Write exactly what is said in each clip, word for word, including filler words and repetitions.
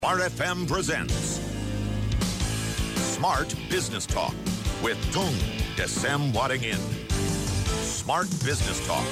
R F M presents Smart Business Talk with Tung Desem Waddingin. Smart Business Talk.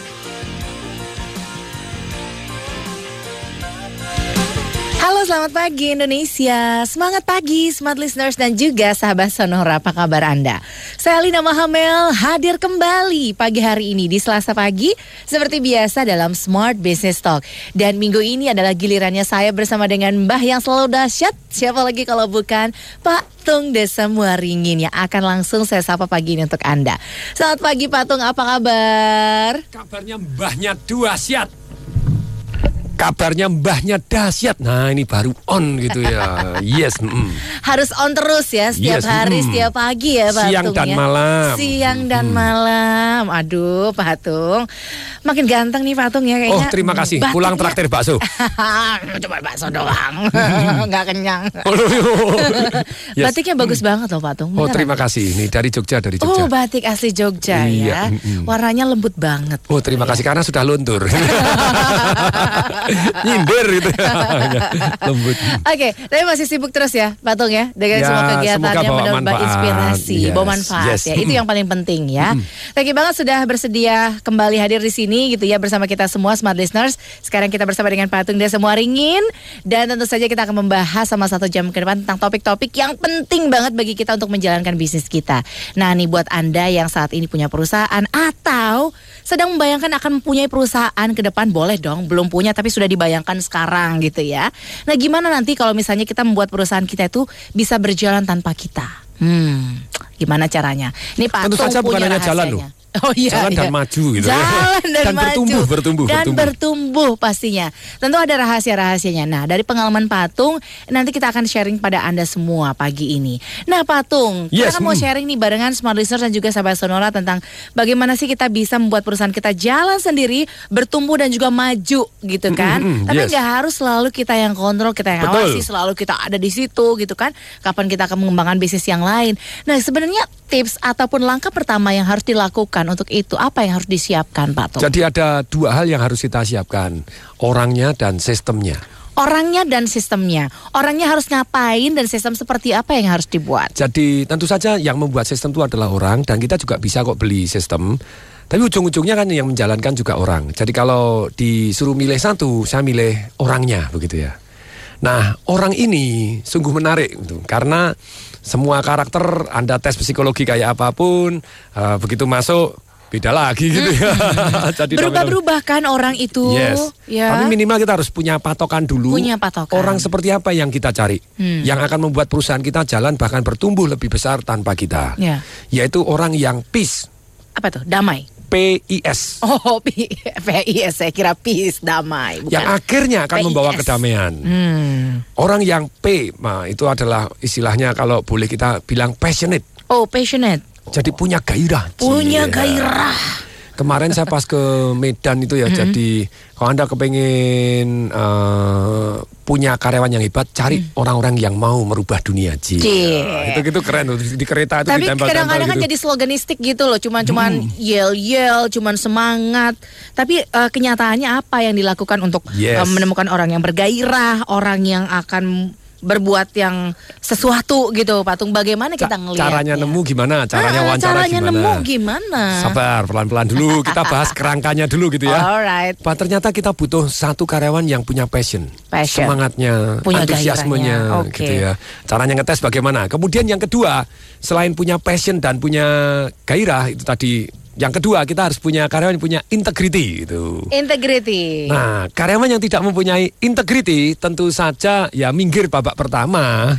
Halo, selamat pagi Indonesia. Semangat pagi Smart Listeners dan juga sahabat Sonora, apa kabar Anda? Saya Lina Mahamel hadir kembali pagi hari ini di Selasa pagi seperti biasa dalam Smart Business Talk. Dan minggu ini adalah gilirannya saya bersama dengan Mbah yang selalu dahsyat. Siapa lagi kalau bukan Pak Tung Desem Waddingin yang akan langsung saya sapa pagi ini untuk Anda. Selamat pagi Pak Tung, apa kabar? Kabarnya mbahnya dahsyat. Kabarnya mbahnya dahsyat. Nah ini baru on gitu ya. Yes. Mm. Harus on terus ya setiap yes, hari, mm. setiap pagi ya Pak Siang Tung dan ya. malam. Siang dan mm. malam. Aduh Pak Tung, makin ganteng nih Pak Tung ya kayaknya. Oh terima kasih. Batiknya... Pulang traktir bakso. Cuma bakso doang. Nggak kenyang. Yes. Batiknya bagus mm. banget loh Pak Tung. Oh terima kasih. Ini dari Jogja, dari Jogja. Oh batik asli Jogja iya. ya. Mm-mm. Warnanya lembut banget. Oh terima kasih karena sudah luntur. Nyindir gitu. Lembut. Oke, tapi masih sibuk terus ya Pak Tung ya dengan ya, semua kegiatannya, menambah inspirasi, yes. bawa manfaat yes. ya. Itu yang paling penting ya. Thank you banget sudah bersedia kembali hadir di sini gitu ya bersama kita semua Smart Listeners. Sekarang kita bersama dengan Pak Tung Desem Waddingin dan tentu saja kita akan membahas sama satu jam ke depan tentang topik-topik yang penting banget bagi kita untuk menjalankan bisnis kita. Nah, nih buat Anda yang saat ini punya perusahaan atau sedang membayangkan akan mempunyai perusahaan ke depan, boleh dong, belum punya tapi sudah dibayangkan sekarang gitu ya. Nah gimana nanti kalau misalnya kita membuat perusahaan kita itu bisa berjalan tanpa kita? Hmm, gimana caranya? Ini Pak Tentu Tung saja bukan punya hanya jalan loh. Oh iya, jalan iya. dan maju gitu. Jalan dan, dan maju. bertumbuh, bertumbuh, dan bertumbuh. bertumbuh pastinya. Tentu ada rahasia-rahasianya. Nah, dari pengalaman Pak Tung, nanti kita akan sharing pada Anda semua pagi ini. Nah, Pak Tung, yes, kita kan mau hmm. sharing nih barengan Smart Listeners dan juga sahabat Sonora tentang bagaimana sih kita bisa membuat perusahaan kita jalan sendiri, bertumbuh dan juga maju gitu kan. Mm-hmm, Tapi yes. nggak harus selalu kita yang kontrol, kita yang Betul. awasi, selalu kita ada di situ gitu kan. Kapan kita akan mengembangkan bisnis yang lain. Nah, sebenarnya tips ataupun langkah pertama yang harus dilakukan untuk itu apa yang harus disiapkan Pak Tung? Jadi ada dua hal yang harus kita siapkan, orangnya dan sistemnya. Orangnya dan sistemnya. Orangnya harus ngapain dan sistem seperti apa yang harus dibuat? Jadi tentu saja yang membuat sistem itu adalah orang dan kita juga bisa kok beli sistem. Tapi ujung-ujungnya kan yang menjalankan juga orang. Jadi kalau disuruh milih satu, saya milih orangnya begitu ya. Nah orang ini sungguh menarik gitu, karena semua karakter Anda tes psikologi kayak apapun, uh, begitu masuk beda lagi gitu ya. Jadi berubah-berubah kan orang itu. Yes. Ya. Tapi minimal kita harus punya patokan dulu. Punya patokan. Orang seperti apa yang kita cari, hmm. yang akan membuat perusahaan kita jalan bahkan bertumbuh lebih besar tanpa kita. Ya. Yaitu orang yang peace. Apa tuh? Damai. P I S. Oh, P I S, saya kira peace, damai. Bukan. Yang akhirnya akan P I S. membawa kedamaian. Hmm. Orang yang P, nah itu adalah istilahnya kalau boleh kita bilang passionate. Oh, passionate. Jadi punya gairah. Punya Cie. gairah. Kemarin saya pas ke Medan itu ya, mm-hmm. jadi kalau Anda kepengen uh, punya karyawan yang hebat, cari mm. orang-orang yang mau merubah dunia. Cie. Nah, itu gitu keren di, di kereta itu. Tapi ditempel-tempel kadang-kadang gitu. kan jadi sloganistik gitu loh, cuman-cuman hmm. yel-yel, cuman semangat. Tapi uh, kenyataannya apa yang dilakukan untuk yes. uh, menemukan orang yang bergairah, orang yang akan berbuat yang sesuatu gitu Pak Tung, bagaimana kita Ca- ngelihatnya? Caranya nemu gimana? Caranya ah, wawancara caranya gimana? nemu gimana? Sabar, pelan-pelan dulu. Kita bahas kerangkanya dulu gitu ya. Alright. Pak, ternyata kita butuh satu karyawan yang punya passion, passion. semangatnya, punya antusiasmenya, okay. gitu ya. Caranya ngetes bagaimana? Kemudian yang kedua, selain punya passion dan punya gairah itu tadi. Yang kedua, kita harus punya karyawan yang punya integriti gitu. Integriti. Nah, karyawan yang tidak mempunyai integriti tentu saja ya minggir babak pertama.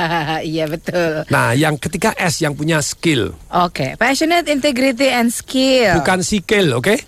Iya betul. Nah, yang ketiga S yang punya skill. Oke, okay. Passionate, integrity, and skill. Bukan skill, oke? Okay?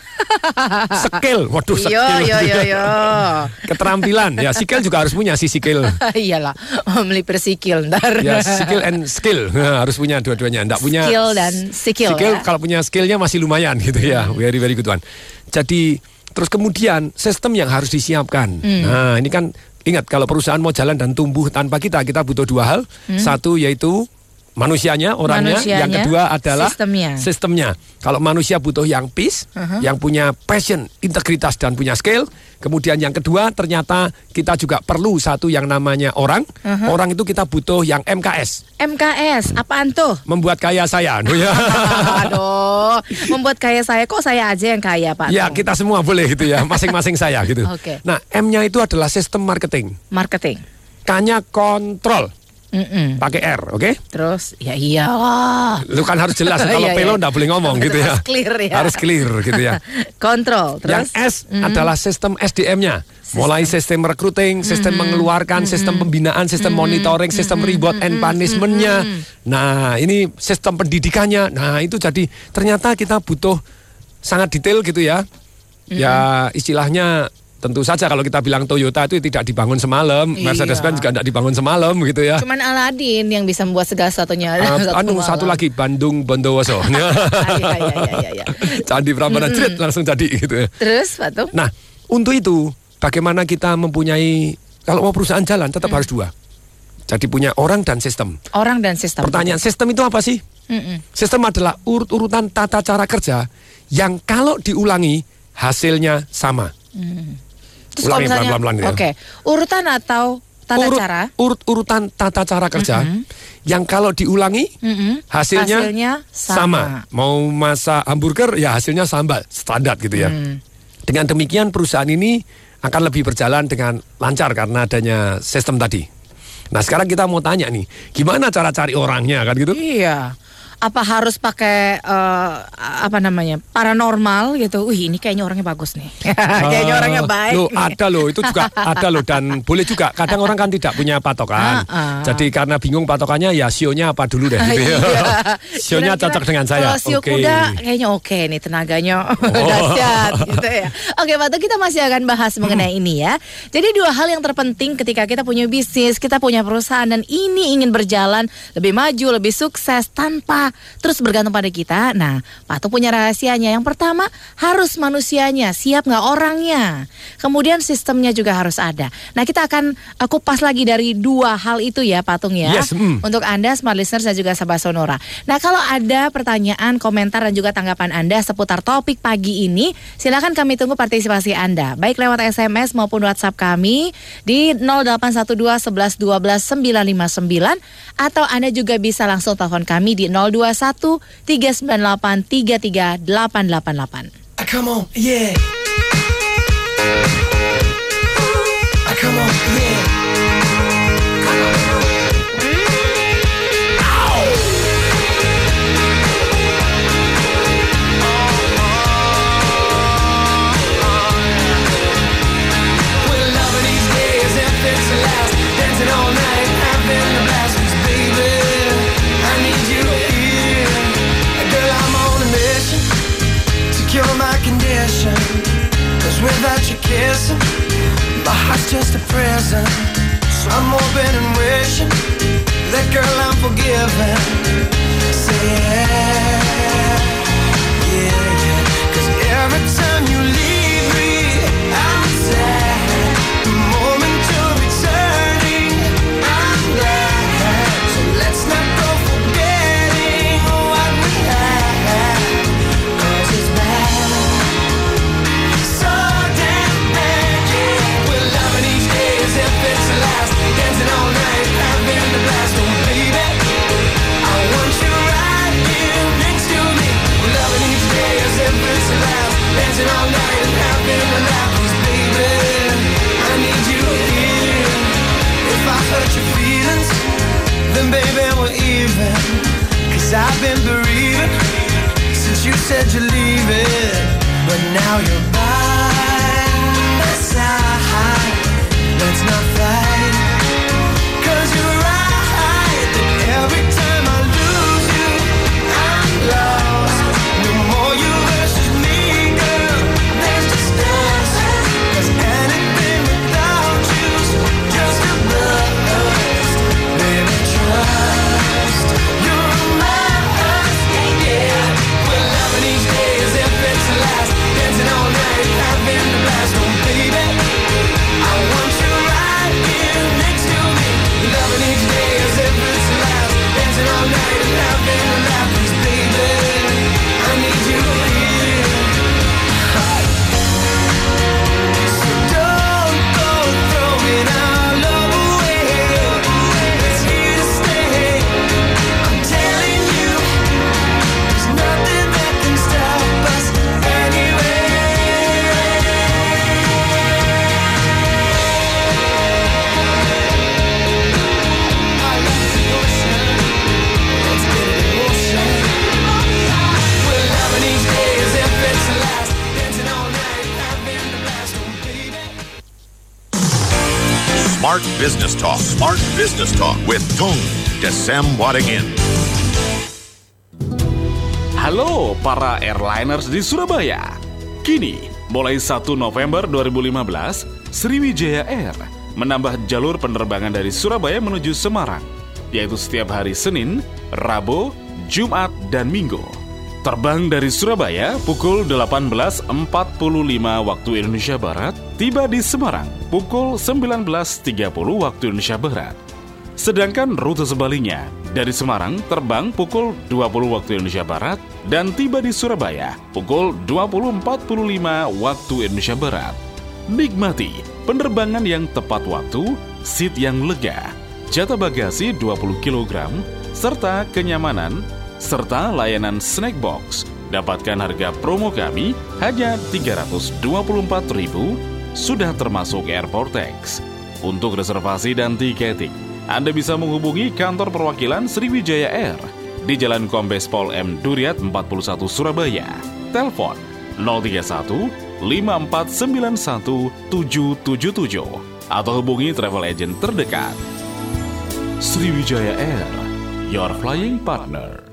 Skill, waduh skill. Yo yo yo yo. Keterampilan, ya skill juga harus punya si skill. Iyalah, melipir skill ntar. Ya skill and skill nah, harus punya dua-duanya. Nggak punya skill dan skill. Skill ya? Kalau punya skillnya masih lumayan gitu ya, very very good one. Jadi terus kemudian sistem yang harus disiapkan. Hmm. Nah ini kan ingat kalau perusahaan mau jalan dan tumbuh tanpa kita, kita butuh dua hal. Hmm. Satu yaitu manusianya, orangnya. Manusianya, yang kedua adalah sistemnya. sistemnya. Kalau manusia butuh yang peace, uh-huh. yang punya passion, integritas dan punya skill. Kemudian yang kedua ternyata kita juga perlu satu yang namanya orang. Uh-huh. Orang itu kita butuh yang M K S. M K S, apaan tuh? Membuat kaya saya. Aduh, membuat kaya saya, kok saya aja yang kaya, Pak? Ya, kita semua boleh gitu ya, masing-masing saya gitu. Okay. Nah, M-nya itu adalah sistem marketing. Marketing. K-nya kontrol. Mm-mm. Pakai R, oke? Okay? Terus, ya iyalah. Lu kan harus jelas, kalau iya, pelo iya. nggak boleh ngomong gitu ya. Harus clear ya. Harus clear gitu ya. Kontrol, terus? Yang S mm-hmm. adalah sistem S D M-nya. Sistem. Mulai sistem recruiting, sistem mm-hmm. mengeluarkan, mm-hmm. sistem pembinaan, sistem mm-hmm. monitoring, sistem mm-hmm. reward and punishment-nya. Mm-hmm. Nah, ini sistem pendidikannya. Nah, itu jadi ternyata kita butuh sangat detail gitu ya. Mm-hmm. Ya, istilahnya tentu saja kalau kita bilang Toyota itu tidak dibangun semalam, iya. Mercedes-Benz juga tidak dibangun semalam gitu ya. Cuman Aladin yang bisa membuat segala satunya. Uh, satu anu satu lagi Bandung Bondowoso. Iya iya iya iya. Candi Prambanan mm-hmm. langsung jadi gitu ya. Terus Pak Tung? Nah, untuk itu bagaimana kita mempunyai, kalau mau perusahaan jalan tetap mm. harus dua. Jadi punya orang dan sistem. Orang dan sistem. Pertanyaan sistem itu apa sih? Mm-mm. Sistem adalah urut-urutan tata cara kerja yang kalau diulangi hasilnya sama. Mm. Terus kalau misalnya, ya. Oke, okay. urutan atau tata urut, cara? Urut-urutan tata cara kerja mm-hmm. yang kalau diulangi mm-hmm. hasilnya, hasilnya sama. sama. Mau masak hamburger ya hasilnya sambal, standar gitu ya. Mm. Dengan demikian perusahaan ini akan lebih berjalan dengan lancar karena adanya sistem tadi. Nah sekarang kita mau tanya nih, gimana cara cari orangnya kan gitu? Iya. Apa harus pakai uh, apa namanya paranormal gitu? Wih ini kayaknya orangnya bagus nih, kayaknya orangnya baik. Loh, ada loh itu juga ada loh dan boleh juga. Kadang orang kan tidak punya patokan, uh-uh. jadi karena bingung patokannya ya sionya apa dulu deh. Gitu ya. Sionya cocok dengan saya. Kalau sio okay. kuda kayaknya oke okay nih tenaganya oh. dahsyat gitu ya. Oke Pak Tung, kita masih akan bahas mengenai hmm. ini ya. Jadi dua hal yang terpenting ketika kita punya bisnis, kita punya perusahaan dan ini ingin berjalan lebih maju, lebih sukses tanpa terus bergantung pada kita. Nah, Pak Tung punya rahasianya. Yang pertama, harus manusianya, siap nggak orangnya. Kemudian sistemnya juga harus ada. Nah, kita akan uh, kupas lagi dari dua hal itu ya, Pak Tung ya. Yes, mm. Untuk Anda, Smart Listeners dan juga Sahabat Sonora. Nah, kalau ada pertanyaan, komentar dan juga tanggapan Anda seputar topik pagi ini, silakan kami tunggu partisipasi Anda. Baik lewat S M S maupun WhatsApp kami di nol delapan satu dua satu satu dua belas sembilan lima sembilan atau Anda juga bisa langsung telepon kami di nol dua satu tiga sembilan delapan tiga tiga delapan delapan delapan. Come on, yeah. Come on, yeah. Without you kissing, my heart's just a prison. So I'm hoping and wishing that girl I'm forgiven. Say yeah, yeah, yeah. Cause every time you leave me, I'm sad. The moment you're returning, I'm glad. So let's not go forgetting what we had. Cause it's bad. All night and having a laugh, 'cause baby, I need you here. If I hurt your feelings, then baby we're even. 'Cause I've been bereaving since you said you're leaving, but now you're by my side. Let's not fight, 'cause you're right that every time I lose you, I'm lost. No more you versus me. All night, having a blast, oh baby, I want you right here. Smart Business Talk. Smart Business Talk with Tung Desem Wadingin. Halo para airliners di Surabaya. Kini, mulai satu November dua ribu lima belas, Sriwijaya Air menambah jalur penerbangan dari Surabaya menuju Semarang, yaitu setiap hari Senin, Rabu, Jumat, dan Minggu. Terbang dari Surabaya pukul delapan belas empat puluh lima waktu Indonesia Barat, tiba di Semarang pukul sembilan belas tiga puluh waktu Indonesia Barat. Sedangkan rute sebaliknya, dari Semarang terbang pukul dua puluh waktu Indonesia Barat dan tiba di Surabaya pukul dua puluh empat puluh lima waktu Indonesia Barat. Nikmati penerbangan yang tepat waktu, seat yang lega, jatah bagasi dua puluh kilogram, serta kenyamanan, serta layanan snack box. Dapatkan harga promo kami hanya tiga ratus dua puluh empat ribu, sudah termasuk airport tax. Untuk reservasi dan tiketing, Anda bisa menghubungi kantor perwakilan Sriwijaya Air di Jalan Kombes Pol M. Duryat empat puluh satu Surabaya. Telepon nol tiga satu lima empat sembilan satu tujuh tujuh tujuh atau hubungi travel agent terdekat. Sriwijaya Air, your flying partner.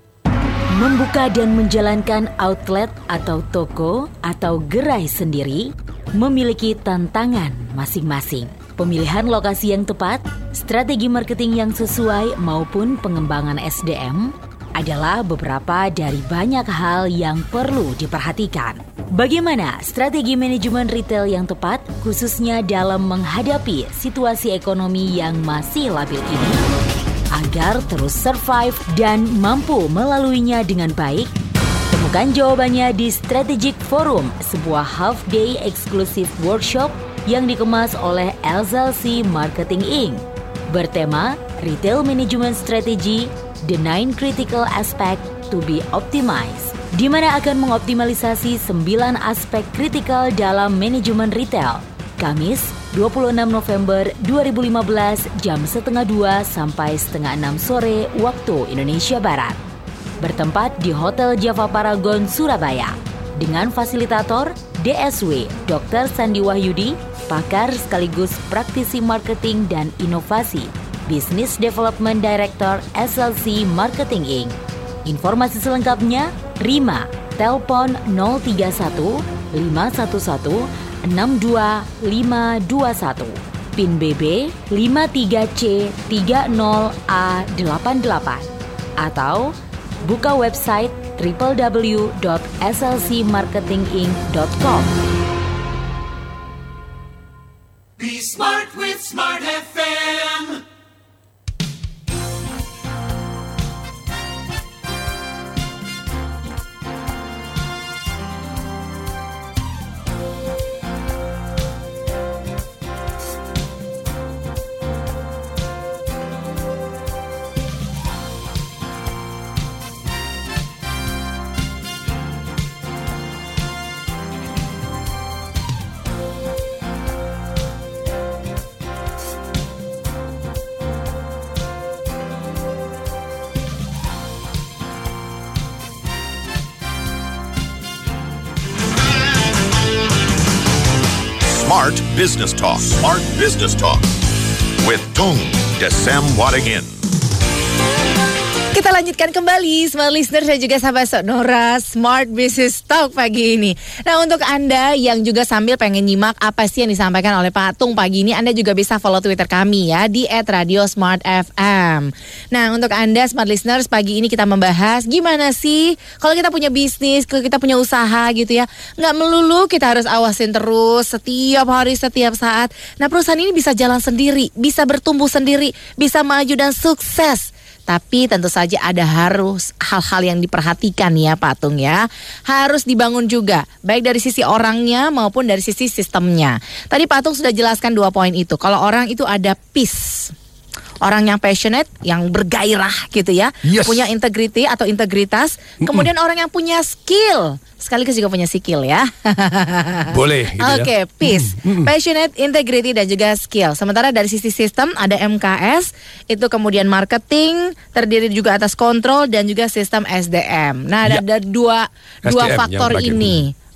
Membuka dan menjalankan outlet atau toko atau gerai sendiri memiliki tantangan masing-masing. Pemilihan lokasi yang tepat, strategi marketing yang sesuai maupun pengembangan S D M adalah beberapa dari banyak hal yang perlu diperhatikan. Bagaimana strategi manajemen retail yang tepat khususnya dalam menghadapi situasi ekonomi yang masih labil ini? Agar terus survive dan mampu melaluinya dengan baik, temukan jawabannya di Strategic Forum, sebuah half-day eksklusif workshop yang dikemas oleh L Z L C Marketing Incorporated. Bertema Retail Management Strategy, The Nine Critical Aspect to be Optimized, di mana akan mengoptimalisasi sembilan aspek kritikal dalam manajemen retail. Kamis, dua puluh enam November dua ribu lima belas jam setengah dua sampai setengah enam sore waktu Indonesia Barat. Bertempat di Hotel Java Paragon, Surabaya. Dengan fasilitator D S W Doktor Sandi Wahyudi, pakar sekaligus praktisi marketing dan inovasi, Business Development Director S L C Marketing Incorporated. Informasi selengkapnya, Rima, telepon nol tiga satu lima satu satu enam dua lima dua satu, PIN B B lima tiga C tiga nol A delapan delapan, atau buka website w w w dot s l c marketing inc dot com. Be smart with Smart F M. Smart Business Talk. Smart Business Talk with Tung Desem Wadingin. Kita lanjutkan kembali Smart Listener dan juga sahabat Sonora Smart Business Talk pagi ini. Nah, untuk Anda yang juga sambil pengen nyimak apa sih yang disampaikan oleh Pak Tung pagi ini, Anda juga bisa follow Twitter kami ya di et radio smart f m. Nah, untuk Anda Smart Listeners, pagi ini kita membahas gimana sih kalau kita punya bisnis, kalau kita punya usaha gitu ya, nggak melulu kita harus awasin terus setiap hari, setiap saat. Nah, perusahaan ini bisa jalan sendiri, bisa bertumbuh sendiri, bisa maju dan sukses. Tapi tentu saja ada harus hal-hal yang diperhatikan ya Pak Tung ya. Harus dibangun juga, baik dari sisi orangnya maupun dari sisi sistemnya. Tadi Pak Tung sudah jelaskan dua poin itu. Kalau orang itu ada peace, orang yang passionate, yang bergairah gitu ya, yes. Punya integrity atau integritas. Mm-mm. Kemudian orang yang punya skill, sekaligus juga punya skill ya. Boleh gitu Oke, okay, ya. peace, mm-mm. passionate, integrity dan juga skill. Sementara dari sisi sistem ada M K S, itu kemudian marketing, terdiri juga atas kontrol dan juga sistem S D M. Nah, ada, ya. ada dua, dua faktor ini.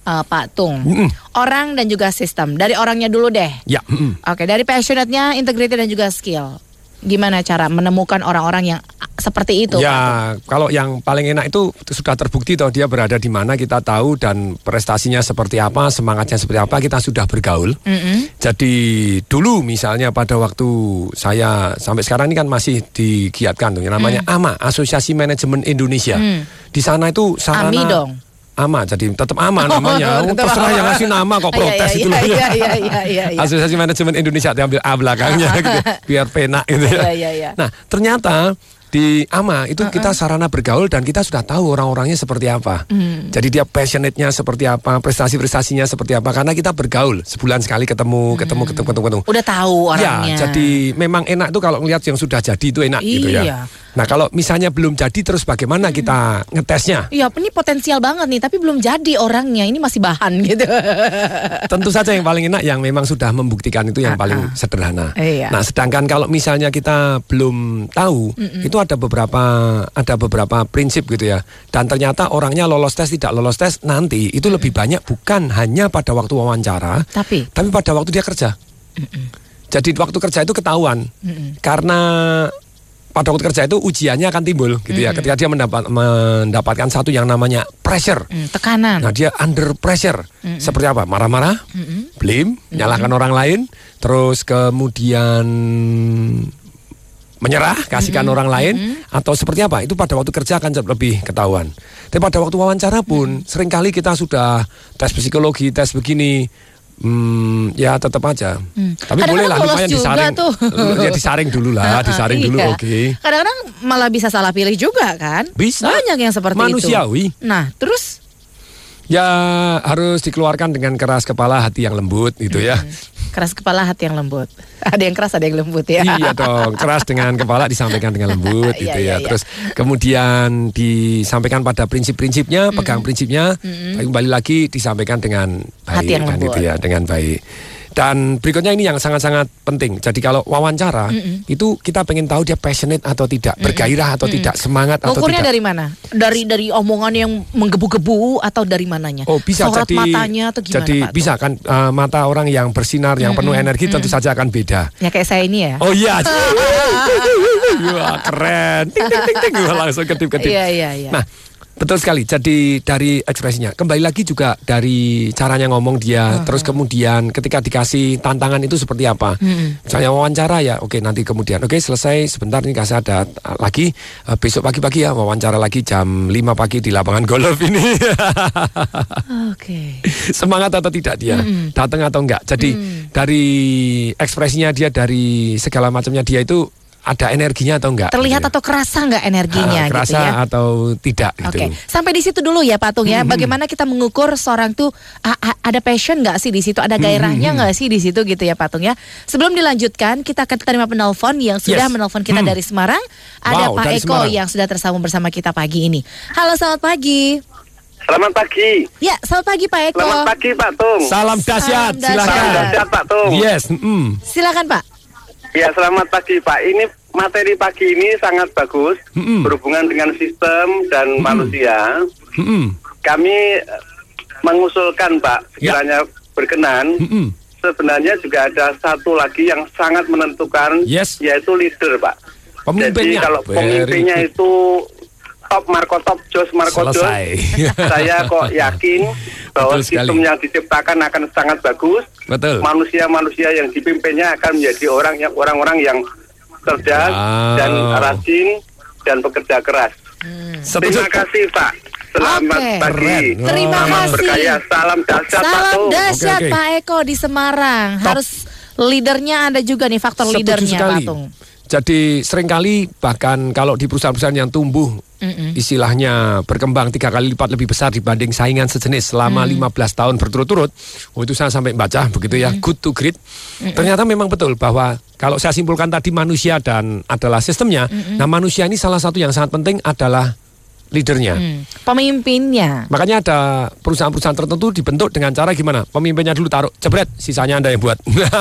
uh, Pak Tung. Mm-mm. Orang dan juga sistem. Dari orangnya dulu deh. Ya. Mm-mm. Oke, dari passionate-nya, integrity dan juga skill. Gimana cara menemukan orang-orang yang seperti itu? Ya, kalau yang paling enak itu sudah terbukti toh dia berada di mana kita tahu dan prestasinya seperti apa, semangatnya seperti apa, kita sudah bergaul. Mm-mm. Jadi dulu misalnya pada waktu saya sampai sekarang ini kan masih digiatkan tuh yang namanya Mm. A M A, Asosiasi Manajemen Indonesia. Mm. Di sana itu sarana Ami dong. A M A, jadi tetap A M A namanya. Oh, tetap terserah A M A. yang ngasih nama kok protes Iya, itu iya, loh. iya, iya, iya, iya, iya. Asosiasi Manajemen Indonesia diambil A belakangnya gitu, biar penak gitu ya. Iya, iya, iya. Nah, ternyata di A M A itu uh-uh. kita sarana bergaul dan kita sudah tahu orang-orangnya seperti apa. Hmm. Jadi dia passionate-nya seperti apa, prestasi-prestasinya seperti apa, karena kita bergaul sebulan sekali ketemu, hmm. ketemu, ketemu, ketemu, ketemu. Udah tahu orangnya. Ya, jadi memang enak tuh kalau ngelihat yang sudah jadi itu enak iya. gitu ya. Nah, kalau misalnya belum jadi terus bagaimana hmm. kita ngetesnya? Iya, ini potensial banget nih, tapi belum jadi orangnya, ini masih bahan gitu. Tentu saja yang paling enak yang memang sudah membuktikan itu yang uh-uh. paling sederhana. Iya. Nah, sedangkan kalau misalnya kita belum tahu, Mm-mm. itu ada beberapa ada beberapa prinsip gitu ya. Dan ternyata orangnya lolos tes tidak lolos tes nanti itu Mm-mm. lebih banyak bukan hanya pada waktu wawancara, tapi tapi pada waktu dia kerja. Mm-mm. Jadi waktu kerja itu ketahuan. Mm-mm. Karena pada waktu kerja itu ujiannya akan timbul gitu ya. Mm-hmm. Ketika dia mendapat, mendapatkan satu yang namanya pressure, mm, tekanan. Nah dia under pressure, mm-hmm. seperti apa? Marah-marah, mm-hmm. blame, mm-hmm. nyalahkan orang lain, terus kemudian menyerah, kasihkan mm-hmm. orang lain, mm-hmm. atau seperti apa? Itu pada waktu kerja akan lebih ketahuan. Tapi pada waktu wawancara pun, mm-hmm. seringkali kita sudah tes psikologi, tes begini. Hmm, ya tetap aja. Hmm. Tapi boleh lah lumayan disaring. Tuh. Ya disaring dulu lah, disaring dulu iya. oke. Okay. Kadang-kadang malah bisa salah pilih juga kan? Bisa. Banyak yang seperti manusiawi. itu. Nah, terus? Ya harus dikeluarkan dengan keras kepala, hati yang lembut gitu ya. Hmm. Keras kepala, hati yang lembut. Ada yang keras, ada yang lembut ya. Iya dong, keras dengan kepala disampaikan dengan lembut gitu iya, ya. iya, Terus kemudian disampaikan pada prinsip-prinsipnya, mm-hmm. pegang prinsipnya, mm-hmm. kembali lagi disampaikan dengan baik hati yang kan lembut. Gitu ya, dengan baik. Dan berikutnya ini yang sangat-sangat penting. Jadi kalau wawancara mm-mm. itu kita pengen tahu dia passionate atau tidak, mm-mm. bergairah atau mm-mm. tidak, semangat atau Ukurnya tidak. dari mana? Dari dari omongan yang menggebu-gebu atau dari mananya? Oh bisa sorot jadi. Matanya atau gimana, jadi Pak, bisa kan uh, mata orang yang bersinar, yang mm-mm. penuh energi mm-mm. tentu saja akan beda. Ya kayak saya ini ya. Oh iya. Wah keren. Ting ting ting ting. Langsung kedip-kedip. Iya iya iya. Nah. Betul sekali. Jadi dari ekspresinya, kembali lagi juga dari caranya ngomong dia, uh-huh. terus kemudian ketika dikasih tantangan itu seperti apa. Hmm. Misalnya wawancara ya, oke nanti kemudian, oke selesai sebentar nih kasih ada lagi uh, besok pagi-pagi ya wawancara lagi jam lima pagi di lapangan golf ini. Oke. Semangat atau tidak dia, hmm. datang atau enggak. Jadi hmm. dari ekspresinya dia, dari segala macamnya dia itu ada energinya atau enggak? Terlihat gitu ya. Atau kerasa enggak energinya ha, kerasa gitu ya? Atau tidak gitu. Oke, sampai di situ dulu ya Pak Tung ya. Hmm. Bagaimana kita mengukur seorang tuh a- a- ada passion enggak sih di situ? Ada gairahnya enggak hmm. sih di situ gitu ya Pak Tung ya? Sebelum dilanjutkan, kita akan terima penelpon yang sudah yes. menelpon kita hmm. dari Semarang. Ada wow, Pak Eko Semarang. Yang sudah tersambung bersama kita pagi ini. Halo, selamat pagi. Selamat pagi. Ya, selamat pagi Pak Eko. Selamat pagi Pak Tung. Salam dahsyat, silakan. Salam dahsyat Pak Tung. Yes. Mm. Silakan Pak. Ya, selamat pagi Pak. Ini materi pagi ini sangat bagus, mm-hmm. berhubungan dengan sistem dan mm-hmm. manusia. Mm-hmm. Kami mengusulkan Pak, sekiranya ya. berkenan, mm-hmm. sebenarnya juga ada satu lagi yang sangat menentukan, yes. yaitu leader Pak. Jadi kalau pemimpinnya itu top Marco top Jos Marco Jos, saya kok yakin bahwa sistem yang diciptakan akan sangat bagus. Betul. Manusia-manusia yang dipimpinnya akan menjadi orang yang orang-orang yang cerdas wow. dan rajin dan bekerja keras. Hmm. Terima kasih Pak. Selamat okay. pagi. Keren. Terima Selamat kasih. Berkaya. Salam dahsyat Pak. Salam dahsyat okay, okay. Pak Eko di Semarang. Top. Harus leadernya ada juga nih, faktor Setuju leadernya Pak Tung. Jadi seringkali bahkan kalau di perusahaan-perusahaan yang tumbuh Mm-mm. istilahnya berkembang tiga kali lipat lebih besar dibanding saingan sejenis selama mm. lima belas tahun berturut-turut. Oh itu saya sampai baca begitu ya, mm. good to great. Mm-mm. Ternyata memang betul bahwa kalau saya simpulkan tadi manusia dan adalah sistemnya. Mm-mm. Nah manusia ini salah satu yang sangat penting adalah leadernya. Hmm. Pemimpinnya. Makanya ada perusahaan-perusahaan tertentu dibentuk dengan cara gimana? Pemimpinnya dulu taruh, jebret, sisanya Anda yang buat.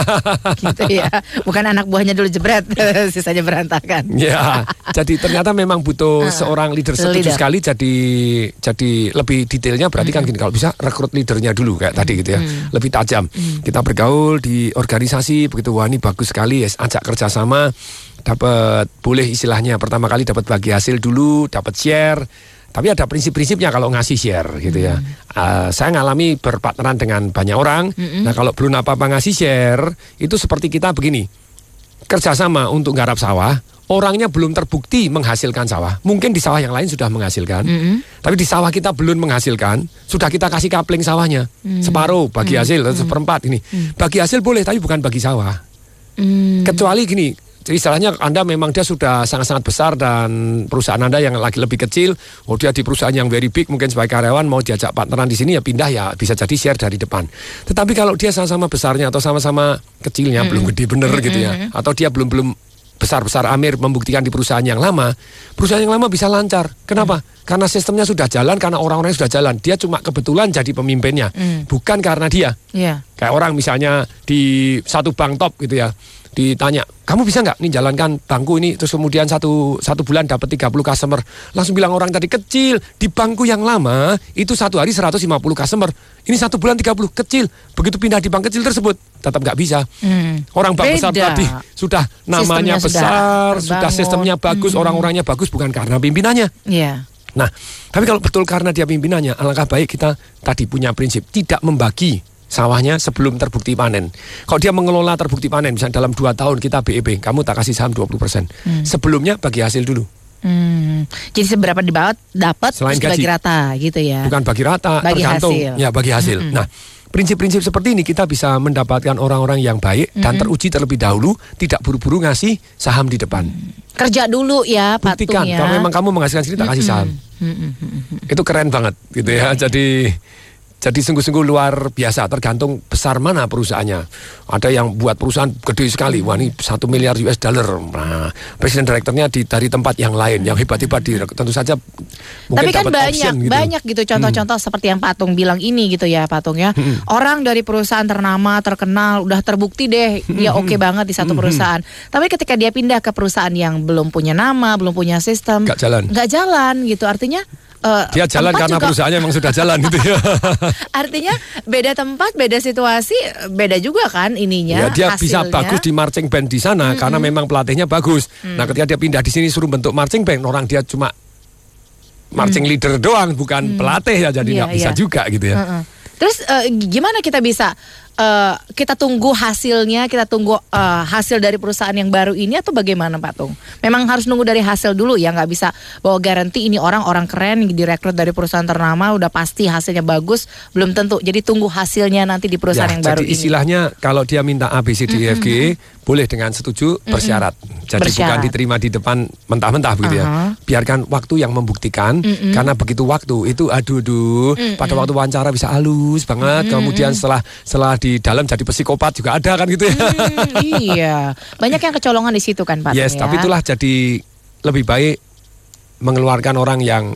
Gitu ya. Bukan anak buahnya dulu jebret, sisanya berantakan. Ya, jadi ternyata memang butuh seorang leader. Setuju leader. sekali. Jadi jadi lebih detailnya berarti kan gini, kalau bisa rekrut leadernya dulu kayak tadi gitu ya. Lebih tajam. Kita bergaul di organisasi begitu, wah ini bagus sekali, ya, ajak kerjasama, dapat boleh istilahnya pertama kali dapat bagi hasil dulu, dapat share. Tapi ada prinsip-prinsipnya kalau ngasih share gitu ya. Uh, saya ngalami berpartneran dengan banyak orang. Mm-hmm. Nah kalau belum apa-apa ngasih share, itu seperti kita begini. Kerjasama untuk garap sawah, orangnya belum terbukti menghasilkan sawah. Mungkin di sawah yang lain sudah menghasilkan. Mm-hmm. Tapi di sawah kita belum menghasilkan, sudah kita kasih kapling sawahnya. Mm-hmm. Separuh bagi hasil, mm-hmm. seperempat ini. Mm-hmm. Bagi hasil boleh, tapi bukan bagi sawah. Mm-hmm. Kecuali gini, jadi istilahnya Anda memang dia sudah sangat-sangat besar dan perusahaan Anda yang lagi lebih kecil, oh dia di perusahaan yang very big mungkin sebagai karyawan mau diajak partneran di sini ya pindah ya bisa jadi share dari depan. Tetapi kalau dia sama-sama besarnya atau sama-sama kecilnya mm-hmm. belum gede bener mm-hmm. gitu ya, atau dia belum belum besar-besar Amir membuktikan di perusahaan yang lama, perusahaan yang lama bisa lancar. Kenapa? Mm. Karena sistemnya sudah jalan, karena orang-orangnya sudah jalan. Dia cuma kebetulan jadi pemimpinnya, mm. bukan karena dia. Yeah. Kayak orang misalnya di satu bank top gitu ya, ditanya, kamu bisa nggak nih jalankan bangku ini, terus kemudian satu satu bulan dapat tiga puluh customer, langsung bilang orang tadi kecil, di bangku yang lama itu satu hari seratus lima puluh customer, ini satu bulan tiga puluh, kecil, begitu pindah di bank kecil tersebut tetap nggak bisa. Hmm. Orang bank besar tadi sudah namanya sistemnya besar, sudah, sudah sistemnya bagus, hmm. orang-orangnya bagus, bukan karena pimpinannya. Yeah. Nah, tapi kalau betul karena dia pimpinannya, alangkah baik kita tadi punya prinsip tidak membagi sawahnya sebelum terbukti panen. Kalau dia mengelola terbukti panen, misalnya dalam dua tahun kita B E P, kamu tak kasih saham dua puluh persen. Hmm. Sebelumnya bagi hasil dulu. Hmm. Jadi seberapa dibawa dapat terus bagi rata gitu ya. Bukan bagi rata, bagi tergantung. Hasil. Ya, bagi hasil. Hmm. Nah, prinsip-prinsip seperti ini kita bisa mendapatkan orang-orang yang baik hmm. dan teruji terlebih dahulu, tidak buru-buru ngasih saham di depan. Kerja dulu ya, buktikan patung ya. Kalau memang kamu menghasilkan sendiri tak kasih saham. Hmm. Itu keren banget gitu ya. Jadi Jadi sungguh-sungguh luar biasa, tergantung besar mana perusahaannya. Ada yang buat perusahaan gede sekali, wah ini satu miliar U S dollar. Nah, presiden direkturnya di, dari tempat yang lain, yang hebat-hebat di, tentu saja mungkin tapi kan dapat banyak, option gitu. banyak gitu contoh-contoh hmm. seperti yang Patung bilang ini gitu ya Patung ya. Hmm. Orang dari perusahaan ternama, terkenal, udah terbukti deh dia oke okay banget di satu perusahaan. Hmm. Tapi ketika dia pindah ke perusahaan yang belum punya nama, belum punya sistem, nggak jalan, nggak jalan gitu. Artinya Uh, dia jalan karena juga, perusahaannya memang sudah jalan gitu ya. Artinya beda tempat, beda situasi, beda juga kan ininya. Ya, dia hasilnya. Bisa bagus di marching band di sana mm-hmm. karena memang pelatihnya bagus. Mm. Nah, ketika dia pindah di sini suruh bentuk marching band, orang dia cuma marching mm. leader doang, bukan mm. pelatih ya, jadi nggak yeah, bisa yeah. juga gitu ya. Uh-uh. Terus uh, gimana kita bisa uh, kita tunggu hasilnya, kita tunggu uh, hasil dari perusahaan yang baru ini atau bagaimana Pak Tung? Memang harus nunggu dari hasil dulu ya, nggak bisa bawa garansi ini orang orang keren direkrut dari perusahaan ternama udah pasti hasilnya bagus, belum tentu. Jadi tunggu hasilnya nanti di perusahaan ya, yang baru ini. Jadi istilahnya kalau dia minta A B C D E F G mm-hmm. boleh dengan setuju mm-hmm. bersyarat. Jadi bersyarat. Bukan diterima di depan mentah-mentah begitu uh-huh. ya. Biarkan waktu yang membuktikan mm-hmm. karena begitu waktu itu aduh-aduh mm-hmm. pada waktu wawancara bisa halus banget, mm-hmm. kemudian setelah setelah di dalam jadi psikopat juga ada kan gitu ya. Hmm, iya, banyak yang kecolongan di situ kan Pak. Yes, ya. Tapi itulah jadi lebih baik mengeluarkan orang yang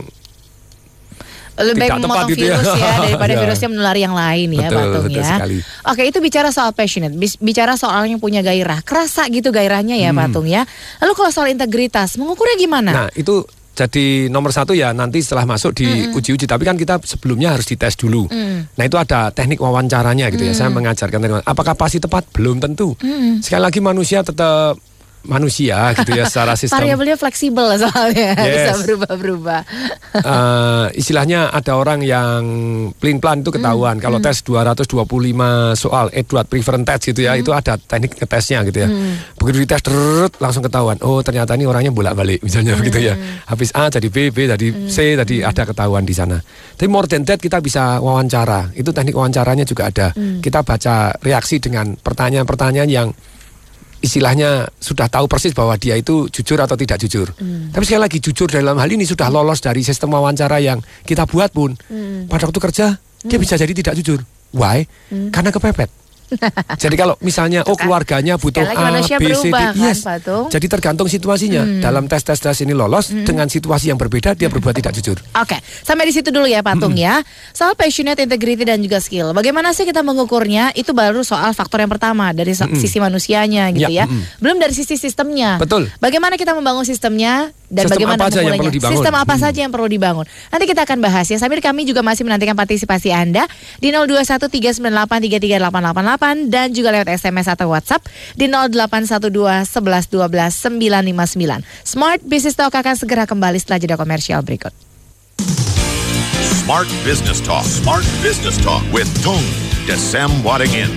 lebih baik memotong gitu virus ya, ya daripada ya. Virusnya menulari yang lain ya betul, Patung betul ya. Sekali. Oke, itu bicara soal passionate, bicara soal orang yang punya gairah, kerasa gitu gairahnya ya hmm. Patung ya. Lalu kalau soal integritas, mengukurnya gimana? Nah itu jadi nomor satu ya nanti setelah masuk di mm-hmm. uji-uji, tapi kan kita sebelumnya harus dites dulu. Mm. Nah itu ada teknik wawancaranya gitu ya. Mm. Saya mengajarkan apakah pasti tepat belum tentu. Mm. Sekali lagi manusia tetap manusia gitu ya secara sistem. Variabelnya fleksibel soalnya yes. bisa berubah-berubah. Uh, istilahnya ada orang yang pelin-pelan itu ketahuan. Mm. Kalau mm. tes dua ratus dua puluh lima soal Edward Preference Test gitu ya, mm. itu ada teknik ngetesnya gitu ya. Mm. Begitu dites terus langsung ketahuan. Oh ternyata ini orangnya bolak-balik misalnya mm. begitu ya. Habis A jadi B, B jadi mm. C, tadi mm. ada ketahuan di sana. Tapi more than that kita bisa wawancara. Itu teknik wawancaranya juga ada. Mm. Kita baca reaksi dengan pertanyaan-pertanyaan yang istilahnya sudah tahu persis bahwa dia itu jujur atau tidak jujur. Hmm. Tapi sekali lagi jujur dalam hal ini sudah lolos dari sistem wawancara yang kita buat pun. Hmm. Pada waktu kerja hmm. dia bisa jadi tidak jujur. Why? Hmm. Karena kepepet. Jadi kalau misalnya oh keluarganya butuh A, B, C, D, yes. Kan, jadi tergantung situasinya. Hmm. Dalam tes-tes-tes ini lolos hmm. dengan situasi yang berbeda dia berbuat tidak jujur. Oke, okay. Sampai di situ dulu ya Patung hmm. ya. Soal passionate, integrity dan juga skill. Bagaimana sih kita mengukurnya? Itu baru soal faktor yang pertama dari hmm. sisi manusianya gitu ya. ya. Hmm. Belum dari sisi sistemnya. Betul. Bagaimana kita membangun sistemnya dan sistem bagaimana apa memulainya? Sistem apa hmm. saja yang perlu dibangun? Nanti kita akan bahas ya. Sambil kami juga masih menantikan partisipasi Anda di nol dua satu tiga sembilan delapan tiga tiga delapan delapan delapan dan juga lewat S M S atau WhatsApp di nol delapan satu dua sebelas dua belas sembilan lima sembilan. Smart Business Talk akan segera kembali setelah jeda komersial berikut. Smart Business Talk. Smart Business Talk with Tung Desem Wadingin.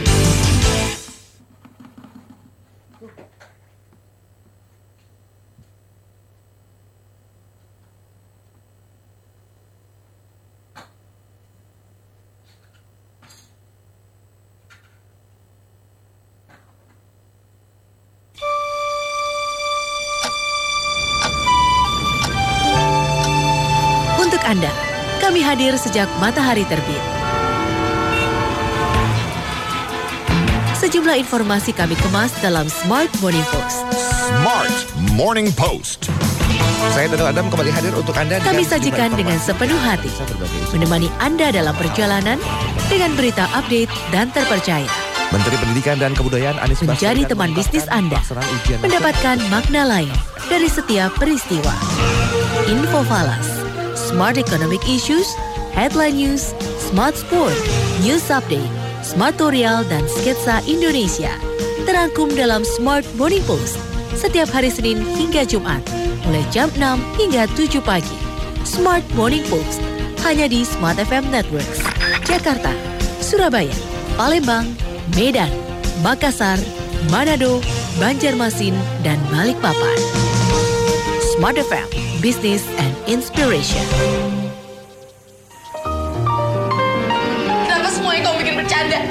Anda, kami hadir sejak matahari terbit. Sejumlah informasi kami kemas dalam Smart Morning Post. Smart Morning Post. Saya Daniel Adam kembali hadir untuk Anda. Kami sajikan dengan sepenuh hati, menemani Anda dalam perjalanan dengan berita update dan terpercaya. Menteri Pendidikan dan Kebudayaan Anies Baswedan menjadi teman bisnis Anda, mendapatkan makna lain dari setiap peristiwa. Info falas, Smart Economic Issues, Headline News, Smart Sport, News Update, Smart Tutorial, dan Sketsa Indonesia terangkum dalam Smart Morning Post setiap hari Senin hingga Jumat mulai jam enam hingga tujuh pagi. Smart Morning Post hanya di Smart F M Networks, Jakarta, Surabaya, Palembang, Medan, Makassar, Manado, Banjarmasin, dan Balikpapan. Smart F M, Business and Inspiration. Kenapa semuanya kamu bikin bercanda?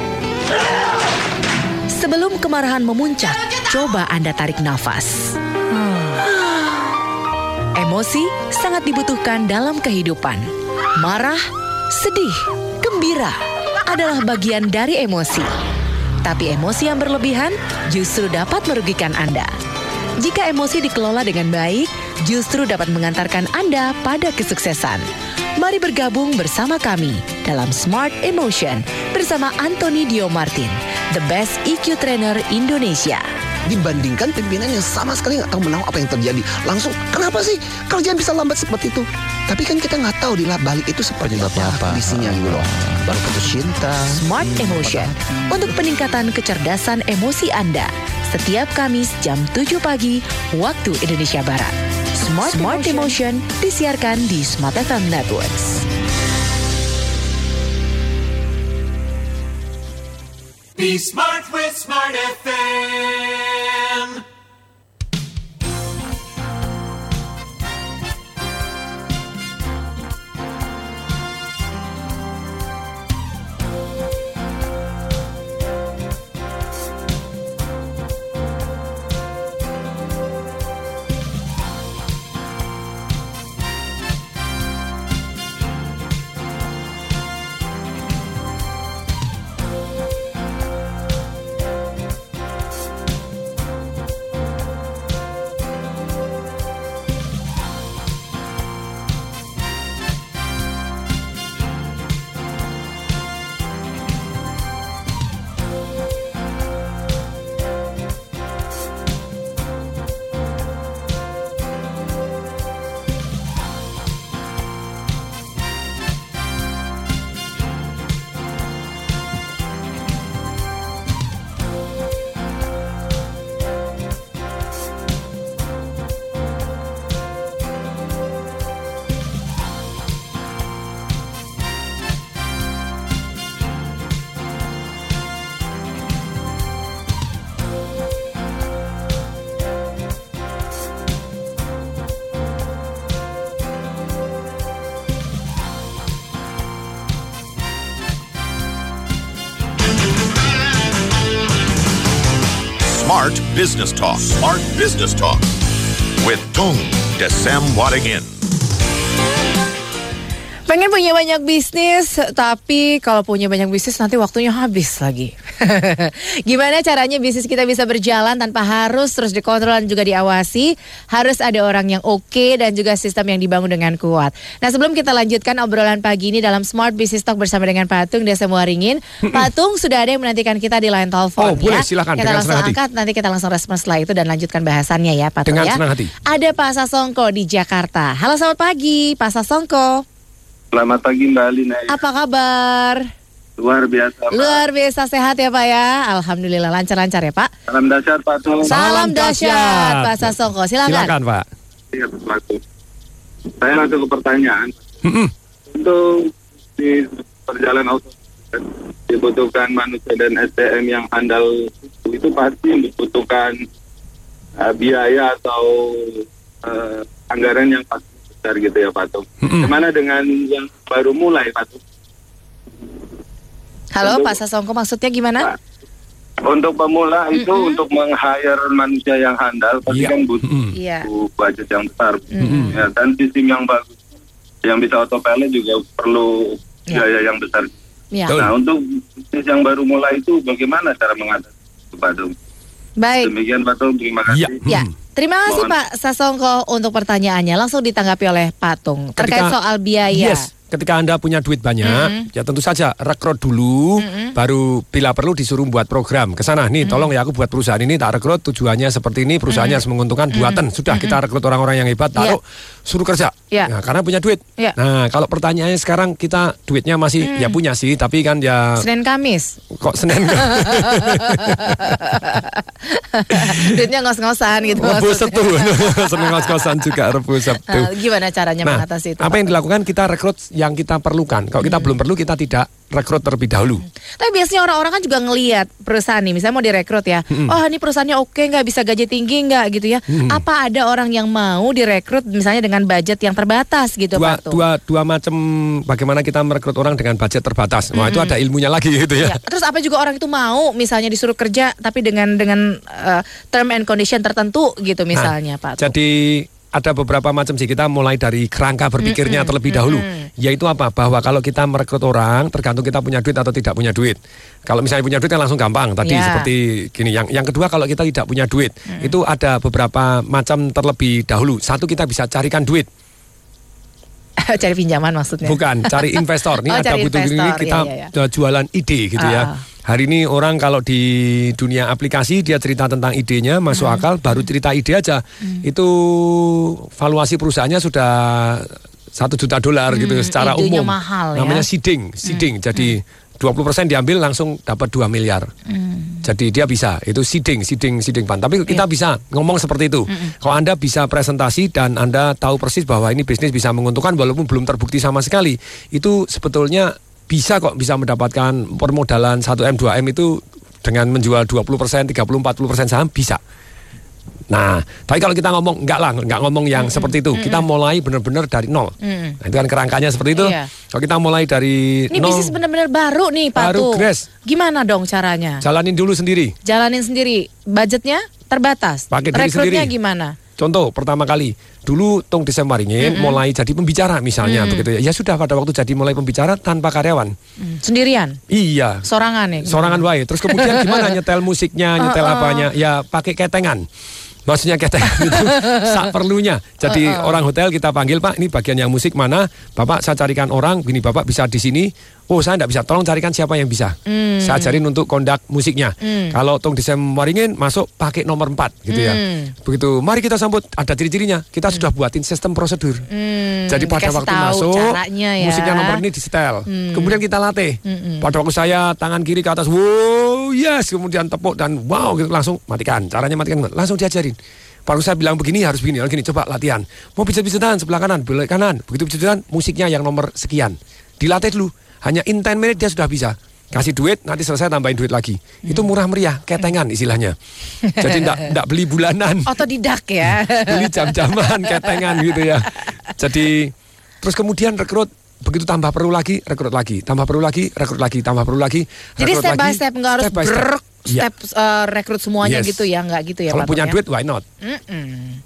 Sebelum kemarahan memuncak, coba Anda tarik nafas. Hmm. Emosi sangat dibutuhkan dalam kehidupan. Marah, sedih, gembira adalah bagian dari emosi. Tapi emosi yang berlebihan justru dapat merugikan Anda. Jika emosi dikelola dengan baik, justru dapat mengantarkan Anda pada kesuksesan. Mari bergabung bersama kami dalam Smart Emotion bersama Anthony Dio Martin, the best E Q trainer Indonesia. Dibandingkan pimpinan yang sama sekali nggak tahu menahu apa yang terjadi. Langsung, kenapa sih kerjaan bisa lambat seperti itu? Tapi kan kita nggak tahu di balik itu seperti apa kondisinya gitu loh. Baru putus cinta. Smart Emotion untuk peningkatan kecerdasan emosi Anda. Setiap Kamis jam tujuh pagi waktu Indonesia Barat. Smart, Smart Emotion. Emotion disiarkan di Smart F M Networks. Be smart with Smart F M. Smart Business Talk. Smart Business Talk with Tung Desem Wadingin. Pengen punya banyak bisnis, tapi kalau punya banyak bisnis nanti waktunya habis lagi. Gimana caranya bisnis kita bisa berjalan tanpa harus terus dikontrol dan juga diawasi? Harus ada orang yang oke dan juga sistem yang dibangun dengan kuat. Nah, sebelum kita lanjutkan obrolan pagi ini dalam Smart Business Talk bersama dengan Patung Desem Waringin. Patung, sudah ada yang menantikan kita di line telepon. Oh, boleh, silakan. Kita dengan langsung senang angkat, hati. nanti kita langsung respon setelah itu dan lanjutkan bahasannya ya, Patung Dengan ya. senang hati. Ada Pak Sasongko di Jakarta. Halo, selamat pagi, Pak Sasongko. Selamat pagi Mbak Alina. Apa kabar? Luar biasa Pak. Luar biasa sehat ya Pak ya. Alhamdulillah lancar-lancar ya Pak. Salam dahsyat Pak Tung. Salam dahsyat Pak Sasongko. Silakan. Silakan Pak. Iya Pak Tung. Saya langsung ke pertanyaan. Mm-mm. Untuk di perjalanan auto dibutuhkan manusia dan S D M yang handal, itu pasti dibutuhkan uh, biaya atau uh, anggaran yang pasti besar gitu ya Pak Tung. Mm-mm. Gimana dengan yang baru mulai Pak Tung? Halo Untuk- Pak Sasongko, maksudnya gimana? Untuk pemula itu untuk meng-hire manusia yang handal pasti Iya. kan butuh Mm-mm. Iya. budget yang besar. Mm-mm. Ya, dan sistem yang bagus yang bisa autopilot juga perlu Ya. biaya yang besar. Ya. Betul. Nah, untuk bisnis yang baru mulai itu bagaimana cara mengatasi itu Pak Tung? Baik. Demikian Pak Tung, terima kasih. Iya. Ya. Mm. Terima kasih Mohon. Pak Sasongko untuk pertanyaannya. Langsung ditanggapi oleh Patung terkait Ketika- soal biaya. Yes, ketika Anda punya duit banyak, ya tentu saja rekrut dulu, baru bila perlu disuruh buat program ke sana. Nih, tolong ya aku buat perusahaan ini, tak rekrut tujuannya seperti ini, perusahaannya harus menguntungkan buatan. Sudah kita rekrut orang-orang yang hebat, taruh, suruh kerja. Ya. Nah, karena punya duit. Ya. Nah, kalau pertanyaannya sekarang kita duitnya masih ya punya sih, tapi kan ya Senin Kamis. kok Senin Duitnya ngos-ngosan gitu. Rebus maksudnya. Sabtu. Seneng kos-kosan juga rebus Sabtu. Nah, gimana caranya Nah, mengatasi itu? apa Pak? yang dilakukan kita rekrut yang kita perlukan. Kalau kita belum perlu kita tidak rekrut terlebih dahulu. Tapi biasanya orang-orang kan juga ngelihat perusahaan nih, misalnya mau direkrut ya. Oh, ini perusahaannya oke nggak, bisa gaji tinggi nggak gitu ya. Apa ada orang yang mau direkrut misalnya dengan budget yang terbatas gitu Dua, Pak Tung? dua, dua macam bagaimana kita merekrut orang dengan budget terbatas. Wah, itu ada ilmunya lagi gitu ya. Ya, terus apa juga orang itu mau misalnya disuruh kerja tapi dengan dengan uh, term and condition tertentu gitu misalnya Pak Tung. Jadi ada beberapa macam sih, kita mulai dari kerangka berpikirnya Mm-mm, terlebih dahulu. mm-mm. Yaitu apa? Bahwa kalau kita merekrut orang tergantung kita punya duit atau tidak punya duit. Kalau misalnya punya duit kan langsung gampang. Tadi Ya. seperti gini. Yang yang kedua kalau kita tidak punya duit, itu ada beberapa macam terlebih dahulu. Satu, kita bisa carikan duit. Cari pinjaman maksudnya. Bukan, cari investor. Ini Oh, ada cari butuh ini investor, kita iya, iya, jualan ide gitu ya. Ah. Hari ini orang kalau di dunia aplikasi dia cerita tentang idenya, masuk Hmm. akal, baru cerita ide aja. Itu valuasi perusahaannya sudah satu juta dolar gitu Hmm, secara idenya umum. mahal ya. Namanya seeding, seeding. Jadi dua puluh persen diambil langsung dapat dua miliar. Hmm. Jadi dia bisa, itu seeding, seeding, seeding fund. Tapi kita Iya. bisa ngomong seperti itu. Kalau Anda bisa presentasi dan Anda tahu persis bahwa ini bisnis bisa menguntungkan walaupun belum terbukti sama sekali, itu sebetulnya bisa kok bisa mendapatkan permodalan satu M, dua M itu dengan menjual dua puluh persen, tiga puluh, empat puluh persen saham bisa. Nah, tapi kalau kita ngomong enggak lah, enggak ngomong yang seperti itu. Kita mulai benar-benar dari nol. Mm. Nah, itu kan kerangkanya seperti itu. Iya. Kalau kita mulai dari Ini nol, bisnis benar-benar baru nih Pak Baru, Tung. Grace. Gimana dong caranya? jalanin dulu sendiri. Jalanin sendiri. Budgetnya terbatas. Pakai diri Rekrutnya sendiri. gimana? Contoh pertama kali dulu Tung Desem Waringin mulai jadi pembicara misalnya begitu ya. Ya sudah pada waktu jadi mulai pembicara tanpa karyawan. Hmm. Sendirian? Iya. Sorangan ya? Sorangan wae. Terus kemudian gimana nyetel musiknya, nyetel Uh-uh. apanya? Ya pakai ketengan. Maksudnya ketengan itu sak perlunya. Jadi orang hotel kita panggil, Pak, ini bagian yang musik mana? Bapak saya carikan orang, gini Bapak bisa di sini. Oh saya tidak bisa, tolong carikan siapa yang bisa. Hmm. Saya ajarin untuk kondak musiknya. Hmm. Kalau Tung Desem Waringin masuk pakai nomor empat gitu ya. Hmm. Begitu, mari kita sambut, ada ciri-cirinya. Kita sudah buatin sistem prosedur. Hmm, Jadi pada dikasih waktu tahu masuk, caranya ya. musiknya nomor ini disetel. Hmm. Kemudian kita latih. Mm-mm. Pada waktu saya tangan kiri ke atas, wow, yes. Kemudian tepuk dan wow, gitu, langsung matikan. Caranya matikan, langsung diajarin. Pada waktu saya bilang begini, harus begini, harus gini. Coba latihan. Mau bisa-bisaan sebelah kanan, sebelah kanan. Begitu bisa-bisaan, musiknya yang nomor sekian. Dilatih dulu. Hanya in sepuluh menit dia sudah bisa. Kasih duit, nanti selesai tambahin duit lagi. Itu murah meriah, ketengan istilahnya. Jadi enggak, enggak beli bulanan. Otodidak ya. Beli jam-jaman, ketengan gitu ya. Jadi terus kemudian rekrut, begitu tambah perlu lagi, rekrut lagi, tambah perlu lagi, rekrut lagi, tambah perlu lagi. Jadi rekrut step by lagi, step, nggak harus step by step. brrrr, Iya. step uh, rekrut semuanya Yes. gitu ya, nggak gitu ya Kalau Pak punya Tung, ya? duit, why not? Mm-mm.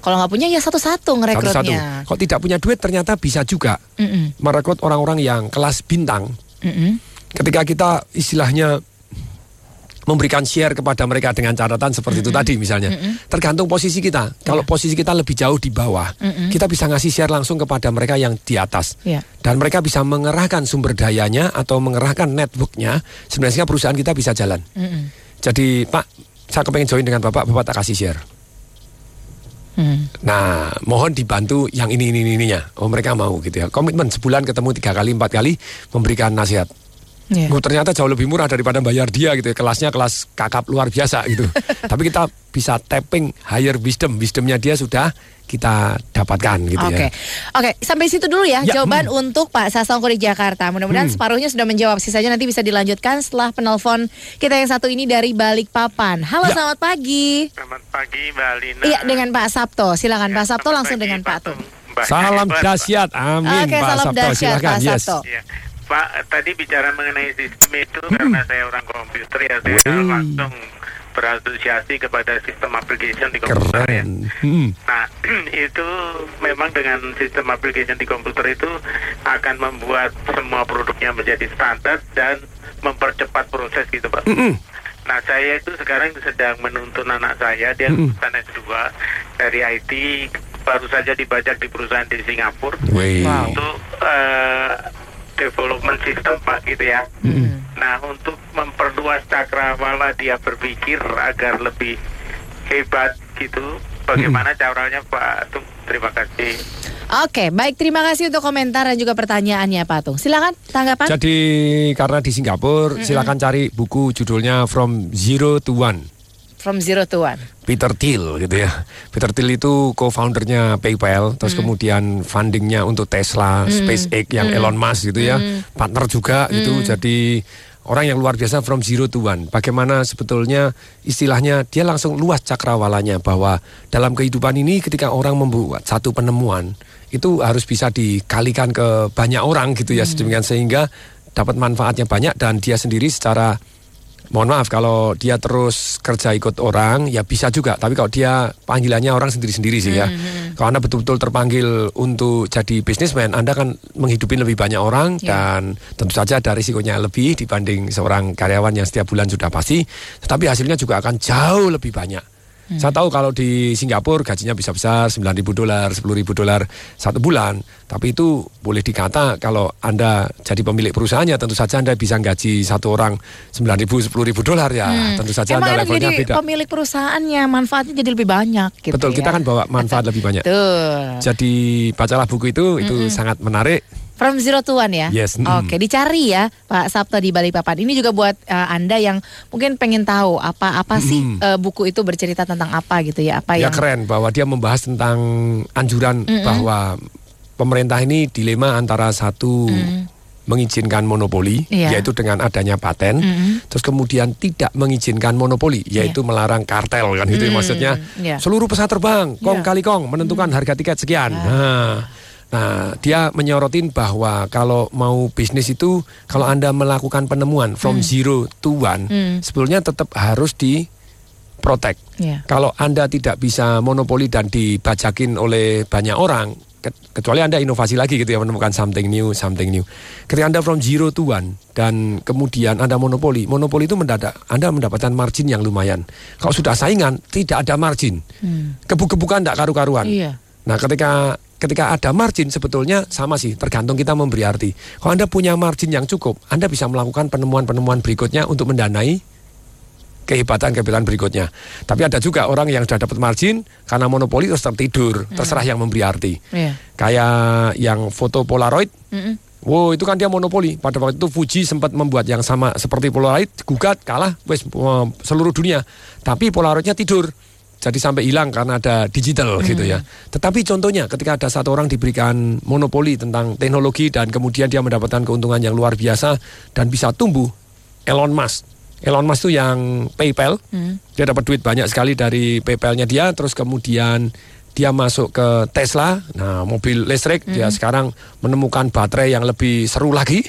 Kalau nggak punya ya satu-satu ngerekrutnya. Satu-satu. Kalau tidak punya duit ternyata bisa juga Mm-mm. merekrut orang-orang yang kelas bintang. Mm-mm. Ketika kita istilahnya memberikan share kepada mereka dengan catatan seperti Mm-mm. itu tadi misalnya. Mm-mm. Tergantung posisi kita. Kalau yeah. posisi kita lebih jauh di bawah, Mm-mm. kita bisa ngasih share langsung kepada mereka yang di atas. Yeah. Dan mereka bisa mengerahkan sumber dayanya atau mengerahkan networknya. Sebenarnya perusahaan kita bisa jalan. Mm-mm. Jadi Pak, saya kepengen join dengan Bapak, Bapak tak kasih share. Hmm. Nah, mohon dibantu yang ini ini ininya. Oh mereka mau gitu ya. Komitmen sebulan ketemu tiga kali empat kali memberikan nasihat. Yeah. Oh, ternyata jauh lebih murah daripada bayar dia gitu ya. Kelasnya kelas kakap luar biasa gitu. Tapi kita bisa tapping higher wisdom. Wisdomnya dia sudah kita dapatkan gitu okay. ya. Oke, okay. Sampai situ dulu ya, ya jawaban hmm. untuk Pak Sasongko di Jakarta. Mudah-mudahan hmm. separuhnya sudah menjawab. Sisanya nanti bisa dilanjutkan setelah penelpon kita yang satu ini dari Balikpapan. Halo, ya. Selamat pagi. Selamat pagi Mbak Alina. Iya, dengan Pak Sabto. Silakan ya, Pak Sabto langsung pagi, dengan Pak Tung. Salam dahsyat. Amin. Oke, okay, salam dahsyat Pak Sabto. Yes. Pak, tadi bicara mengenai sistem itu hmm. karena saya orang komputer ya, saya Wey. langsung berasosiasi kepada sistem application di komputer. Keren. Ya. Hmm. Nah, itu memang dengan sistem application di komputer itu akan membuat semua produknya menjadi standar dan mempercepat proses gitu, Pak. Hmm. Nah, saya itu sekarang sedang menuntun anak saya, dia lulusan S dua dari I T, baru saja dibajak di perusahaan di Singapura. Wow. Untuk uh, development system Pak gitu ya. Hmm. Nah untuk memperluas cakrawala dia berpikir agar lebih hebat gitu. Bagaimana hmm. caranya Pak Tung? Terima kasih. Oke, baik, terima kasih untuk komentar dan juga pertanyaannya Pak Tung. Silakan tanggapan. Jadi karena di Singapura, hmm. silakan cari buku judulnya From Zero to One. From Zero to One. Peter Thiel gitu ya. Peter Thiel itu co-foundernya PayPal, terus mm. kemudian fundingnya untuk Tesla, mm. SpaceX yang mm. Elon Musk gitu ya, mm. partner juga mm. gitu. Jadi orang yang luar biasa from zero to one. Bagaimana sebetulnya istilahnya dia langsung luas cakrawalanya bahwa dalam kehidupan ini ketika orang membuat satu penemuan itu harus bisa dikalikan ke banyak orang gitu ya, mm. sedemikian sehingga dapat manfaatnya banyak dan dia sendiri secara mohon maaf kalau dia terus kerja ikut orang ya bisa juga, tapi kalau dia panggilannya orang sendiri-sendiri sih ya. Mm-hmm. Kalau Anda betul-betul terpanggil untuk jadi bisnismen, Anda kan menghidupi lebih banyak orang yeah. dan tentu saja ada risikonya lebih dibanding seorang karyawan yang setiap bulan sudah pasti, tetapi hasilnya juga akan jauh lebih banyak. Hmm. Saya tahu kalau di Singapura gajinya bisa besar sembilan ribu dolar, sepuluh ribu dolar satu bulan. Tapi itu boleh dikata kalau Anda jadi pemilik perusahaannya tentu saja Anda bisa gaji satu orang sembilan ribu, sepuluh ribu dolar ya. Hmm. Tentu saja Emang Anda levelnya jadi beda. Pemilik perusahaannya manfaatnya jadi lebih banyak gitu. Betul, ya? Kita kan bawa manfaat lebih banyak. Betul. Jadi bacalah buku itu, itu mm-hmm. sangat menarik. From Zero to One ya? Yes. Mm. Oke, dicari ya Pak Sabto di Balikpapan. Ini juga buat uh, Anda yang mungkin pengen tahu apa-apa sih mm. uh, buku itu bercerita tentang apa gitu ya. Apa ya yang... keren bahwa dia membahas tentang anjuran mm-hmm. bahwa pemerintah ini dilema antara satu mm. mengizinkan monopoli, yeah. yaitu dengan adanya paten, mm-hmm. terus kemudian tidak mengizinkan monopoli, yaitu yeah. melarang kartel kan gitu mm. maksudnya. Yeah. Seluruh pesawat terbang, kong yeah. kali kong menentukan mm. harga tiket sekian. Yeah. Nah, Nah, dia menyorotin bahwa kalau mau bisnis itu, kalau Anda melakukan penemuan from hmm. zero to one, hmm. sebetulnya tetap harus di protect. Yeah. Kalau Anda tidak bisa monopoli dan dibajakin oleh banyak orang, ke- kecuali Anda inovasi lagi gitu ya, menemukan something new, something new. Ketika Anda from zero to one dan kemudian Anda monopoli, monopoli itu mendadak Anda mendapatkan margin yang lumayan. Kalau sudah saingan, tidak ada margin. Hmm. Gebuk-gebukan tidak karu-karuan. Yeah. Nah, ketika Ketika ada margin sebetulnya sama sih, tergantung kita memberi arti. Kalau Anda punya margin yang cukup, Anda bisa melakukan penemuan-penemuan berikutnya untuk mendanai kehebatan-kehebatan berikutnya. Tapi ada juga orang yang sudah dapat margin karena monopoli terus tertidur, hmm. terserah yang memberi arti. Yeah. Kayak yang foto Polaroid, mm-hmm. wow itu kan dia monopoli. Pada waktu itu Fuji sempat membuat yang sama seperti Polaroid, gugat, kalah, wes seluruh dunia. Tapi Polaroidnya tidur. Jadi sampai hilang karena ada digital hmm. gitu ya. Tetapi contohnya ketika ada satu orang diberikan monopoli tentang teknologi dan kemudian dia mendapatkan keuntungan yang luar biasa dan bisa tumbuh. Elon Musk. Elon Musk itu yang PayPal. Hmm. Dia dapat duit banyak sekali dari PayPal-nya dia. Terus kemudian dia masuk ke Tesla. Nah mobil listrik. Hmm. Dia sekarang menemukan baterai yang lebih seru lagi.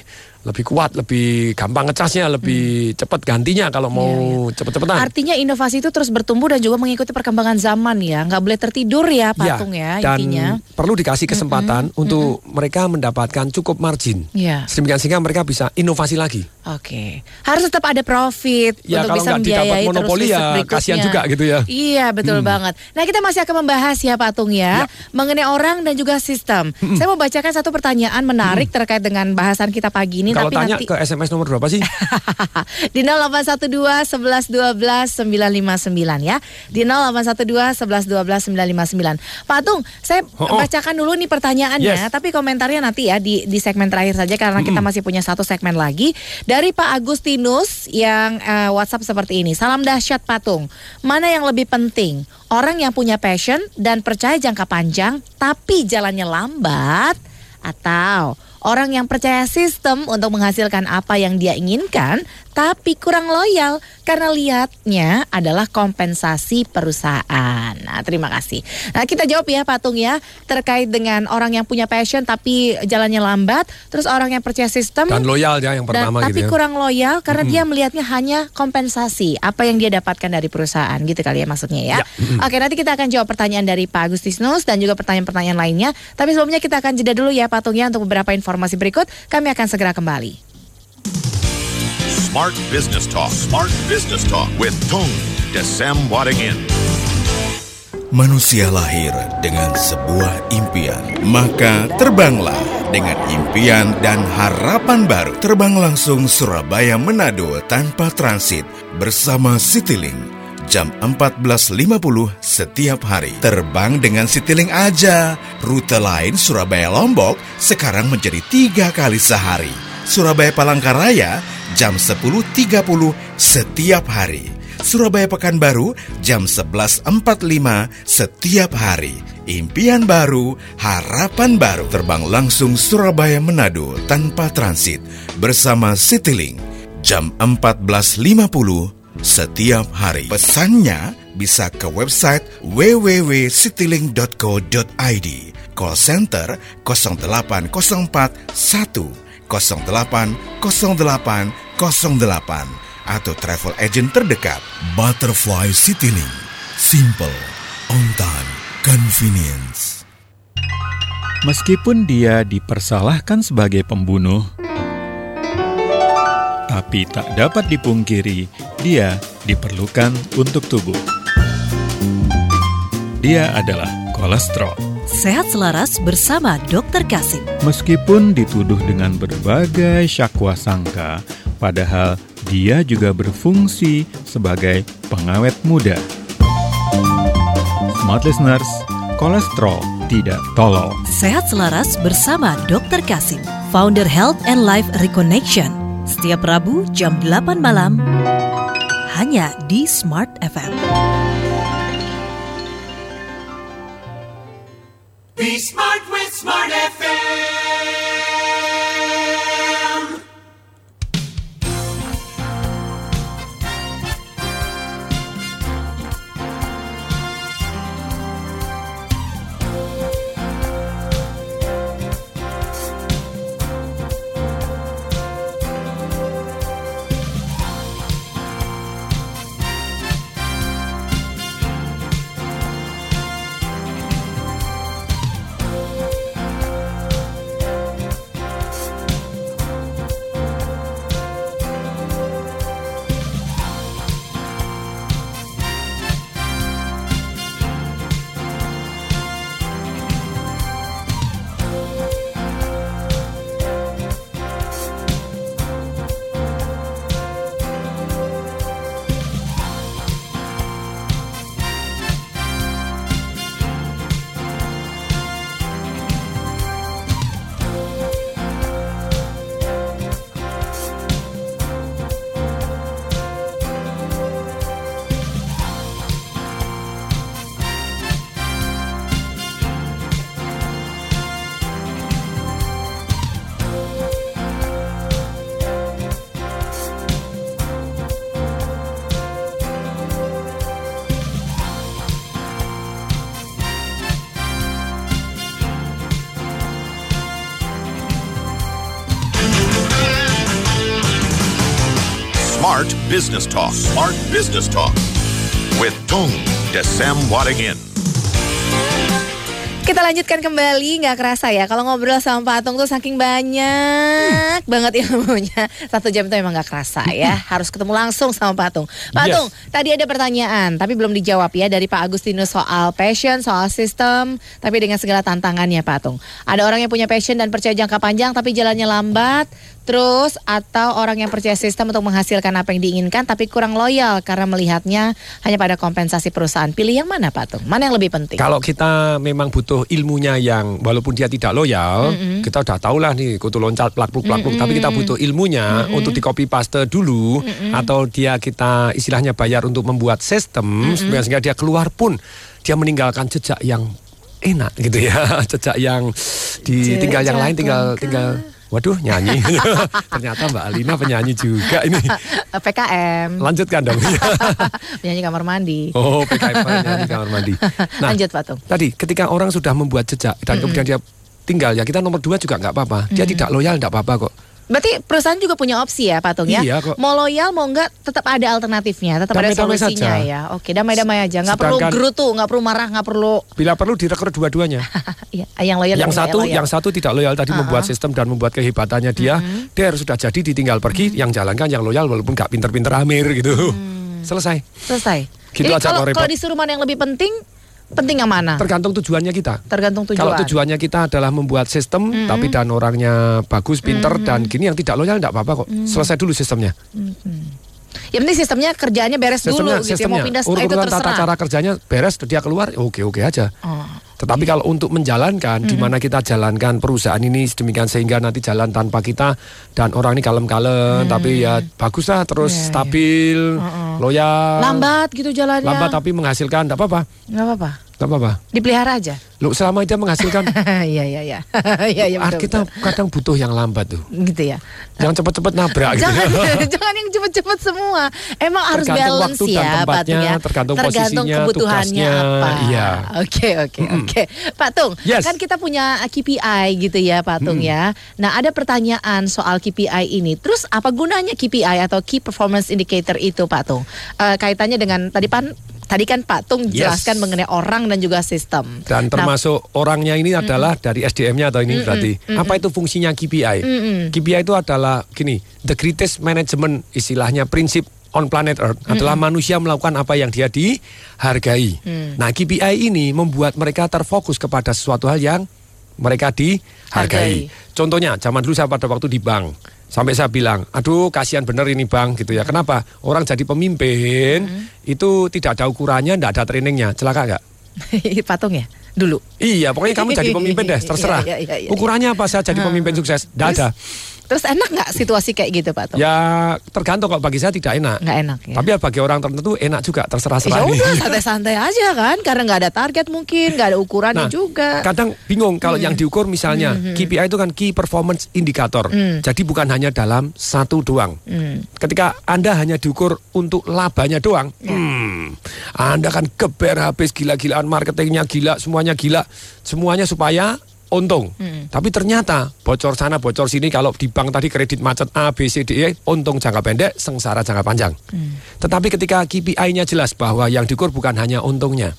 lebih kuat, lebih gampang ngecasnya, lebih hmm. cepat gantinya kalau mau yeah, yeah. cepet-cepetan. Artinya inovasi itu terus bertumbuh dan juga mengikuti perkembangan zaman ya, nggak boleh tertidur ya Patung ya, ya dan intinya. Perlu dikasih kesempatan mm-hmm. untuk mm-hmm. mereka mendapatkan cukup margin, yeah. sedemikian sehingga mereka bisa inovasi lagi. Oke, okay. Harus tetap ada profit ya, untuk bisa membiayai terus monopoli ya kasihan juga gitu ya. Iya betul hmm. banget. Nah kita masih akan membahas ya Patung ya, ya. mengenai orang dan juga sistem. Hmm. Saya mau bacakan satu pertanyaan menarik hmm. terkait dengan bahasan kita pagi ini. Kalau tapi tanya nanti... ke S M S nomor berapa sih? Di nol delapan satu dua, sebelas dua belas, sembilan lima sembilan ya. Di nol delapan satu dua, sebelas dua belas, sembilan lima sembilan. Patung, saya oh, oh. bacakan dulu nih pertanyaannya, yes. tapi komentarnya nanti ya di di segmen terakhir saja karena hmm. kita masih punya satu segmen lagi. Dari Pak Agustinus yang uh, WhatsApp seperti ini. Salam dahsyat Patung. Mana yang lebih penting? Orang yang punya passion dan percaya jangka panjang tapi jalannya lambat, atau orang yang percaya sistem untuk menghasilkan apa yang dia inginkan tapi kurang loyal karena lihatnya adalah kompensasi perusahaan. Nah, terima kasih. Nah, kita jawab ya Patung ya, terkait dengan orang yang punya passion tapi jalannya lambat, terus orang yang percaya sistem dan loyal ya yang pertama dan, gitu tapi ya. kurang loyal karena mm-hmm. dia melihatnya hanya kompensasi apa yang dia dapatkan dari perusahaan gitu kali ya maksudnya ya. ya. Mm-hmm. Oke, nanti kita akan jawab pertanyaan dari Pak Agustinus dan juga pertanyaan-pertanyaan lainnya. Tapi sebelumnya kita akan jeda dulu ya Patung ya untuk beberapa informasi berikut. Kami akan segera kembali. Smart Business Talk. Smart Business Talk with Tung Desem Wadingin. Manusia lahir dengan sebuah impian, maka terbanglah dengan impian dan harapan baru. Terbang langsung Surabaya Manado tanpa transit bersama Citylink. Jam empat belas lima puluh setiap hari. Terbang dengan Citylink aja. Rute lain Surabaya Lombok sekarang menjadi tiga kali sehari. Surabaya Palangkaraya jam sepuluh tiga puluh setiap hari. Surabaya Pekanbaru jam sebelas empat puluh lima setiap hari. Impian baru, harapan baru. Terbang langsung Surabaya Manado tanpa transit bersama Citylink. Jam empat belas lima puluh setiap hari. Pesannya bisa ke website w w w titik citylink titik co titik i d. Call center nol delapan nol empat satu nol delapan nol delapan nol delapan atau travel agent terdekat. Butterfly Citylink. Simple, on time, convenience. Meskipun dia dipersalahkan sebagai pembunuh, tapi tak dapat dipungkiri, dia diperlukan untuk tubuh. Dia adalah kolesterol. Sehat selaras bersama Dokter Kasim. Meskipun dituduh dengan berbagai syakwa sangka, padahal dia juga berfungsi sebagai pengawet muda. Smart listeners, kolesterol tidak tolol. Sehat selaras bersama Dokter Kasim, founder Health and Life Reconnection. Setiap Rabu jam delapan malam, hanya di Smart F M. Be smart with Smart F M. Smart Business Talk. Smart Business Talk with Tung Desem Wadingin. Kita lanjutkan kembali, nggak kerasa ya kalau ngobrol sama Pak Tung tuh saking banyak hmm. banget ilmunya. Satu jam itu emang nggak kerasa ya. Harus ketemu langsung sama Pak Tung. Pak yes. Tung, tadi ada pertanyaan tapi belum dijawab ya dari Pak Agustinus soal passion, soal sistem, tapi dengan segala tantangannya Pak Tung. Ada orang yang punya passion dan percaya jangka panjang tapi jalannya lambat. Terus atau orang yang percaya sistem untuk menghasilkan apa yang diinginkan tapi kurang loyal karena melihatnya hanya pada kompensasi perusahaan. Pilih yang mana Pak Tung? Mana yang lebih penting? Kalau kita memang butuh ilmunya yang walaupun dia tidak loyal, mm-hmm. kita udah tahu lah nih kutu loncat plak-pluk plak-pluk, mm-hmm. tapi kita butuh ilmunya mm-hmm. untuk di copy paste dulu mm-hmm. atau dia kita istilahnya bayar untuk membuat sistem mm-hmm. sehingga dia keluar pun dia meninggalkan jejak yang enak gitu ya, jejak yang ditinggal yang lain tinggal tinggal waduh nyanyi. Ternyata Mbak Alina penyanyi juga ini. P K M. Lanjutkan dong. Penyanyi kamar mandi. Oh, P K M penyanyi kamar mandi. Nah, lanjut Pak Tung. Tadi ketika orang sudah membuat jejak dan mm-hmm. kemudian dia tinggal ya kita nomor dua juga nggak apa-apa. Dia mm-hmm. tidak loyal nggak apa-apa kok. Berarti perusahaan juga punya opsi ya Pak Tung ya? Iya kok. Mau loyal mau enggak tetap ada alternatifnya, tetap damai-damai ada solusinya saja. Ya. Oke, damai-damai aja, nggak perlu gerutu, nggak perlu marah, nggak perlu. Bila perlu direkrut dua-duanya. Iya, yang loyal. Yang satu, loyal. yang satu tidak loyal tadi uh-huh. membuat sistem dan membuat kehebatannya dia, uh-huh. dia sudah jadi ditinggal pergi, uh-huh. yang jalankan yang loyal walaupun nggak pinter-pinter amir gitu. Hmm. Selesai. Selesai. Gitu jadi aja kalau kalau disuruh mana yang lebih penting? Penting yang mana? Tergantung tujuannya kita. Tergantung tujuan. Kalau tujuannya kita adalah membuat sistem, mm-hmm. tapi dan orangnya bagus, pinter, mm-hmm. dan gini yang tidak loyal, tidak apa-apa kok. Mm-hmm. Selesai dulu sistemnya. Mm-hmm. Yang penting sistemnya kerjaannya beres sistemnya, dulu, gitu. Sistemnya. Mau pindah Urutan itu terserah. Tata cara kerjanya beres, dia keluar, oke-oke aja. Oh. Tetapi kalau untuk menjalankan, mm-hmm. di mana kita jalankan perusahaan ini sedemikian sehingga nanti jalan tanpa kita dan orang ini kalem-kalem, mm-hmm. tapi ya baguslah terus yeah, stabil, yeah. Uh-uh. loyal. Lambat gitu jalannya. Lambat tapi menghasilkan, tidak apa-apa. Tidak apa-apa. Tidak apa-apa. Dipelihara aja. Loh, selama dia menghasilkan. Iya, iya, iya. Iya, iya, betul, kita betul. kadang butuh yang lambat tuh. Gitu ya. Jangan cepet-cepet nabrak gitu. Jangan, jangan yang cepet-cepet semua. Emang harus tergantung balance waktu ya, dan tempatnya, ya. Tergantung, tergantung posisinya, kebutuhannya tugasnya, apa. Iya. Oke, oke, mm-hmm. oke. Pak Tung, yes. kan kita punya K P I gitu ya, Pak Tung mm-hmm. ya. Nah, ada pertanyaan soal K P I ini. Terus apa gunanya K P I atau Key Performance Indicator itu, Pak Tung? Uh, kaitannya dengan tadi pan Tadi kan Pak Tung jelaskan yes. mengenai orang dan juga sistem. Dan termasuk nah, orangnya ini adalah mm-mm. dari S D M-nya atau ini mm-mm. berarti. Mm-mm. Apa itu fungsinya K P I? Mm-mm. K P I itu adalah gini, the greatest management istilahnya prinsip on planet Earth mm-mm. adalah manusia melakukan apa yang dia dihargai. Mm. Nah, K P I ini membuat mereka terfokus kepada sesuatu hal yang mereka dihargai. Hargai. Contohnya, zaman dulu saya pada waktu di bank. Sampai saya bilang, aduh kasihan bener ini bang gitu ya. Kenapa? Orang jadi pemimpin hmm. itu tidak ada ukurannya, tidak ada trainingnya. Celaka nggak? Patung ya? Dulu? Iya, pokoknya kamu jadi pemimpin deh, terserah. iya, iya, iya, iya. Ukurannya apa saya jadi pemimpin sukses? Tidak ada. Terus enak nggak situasi kayak gitu Pak Tung? Ya tergantung, kalau bagi saya tidak enak. Nggak enak ya. Tapi ya bagi orang tertentu enak juga, terserah-serah. Ya udah santai-santai aja kan, karena nggak ada target mungkin, nggak ada ukurannya nah, juga. Kadang bingung kalau hmm. yang diukur misalnya hmm. K P I itu kan Key Performance Indicator. Hmm. Jadi bukan hanya dalam satu doang. Hmm. Ketika Anda hanya diukur untuk labanya doang, ya. hmm, Anda kan geber habis gila-gilaan, marketingnya gila, semuanya gila, semuanya supaya untung. Hmm. Tapi ternyata bocor sana bocor sini, kalau di bank tadi kredit macet A, B, C, D, E, untung jangka pendek, sengsara jangka panjang. Hmm. Tetapi ketika K P I-nya jelas bahwa yang diukur bukan hanya untungnya,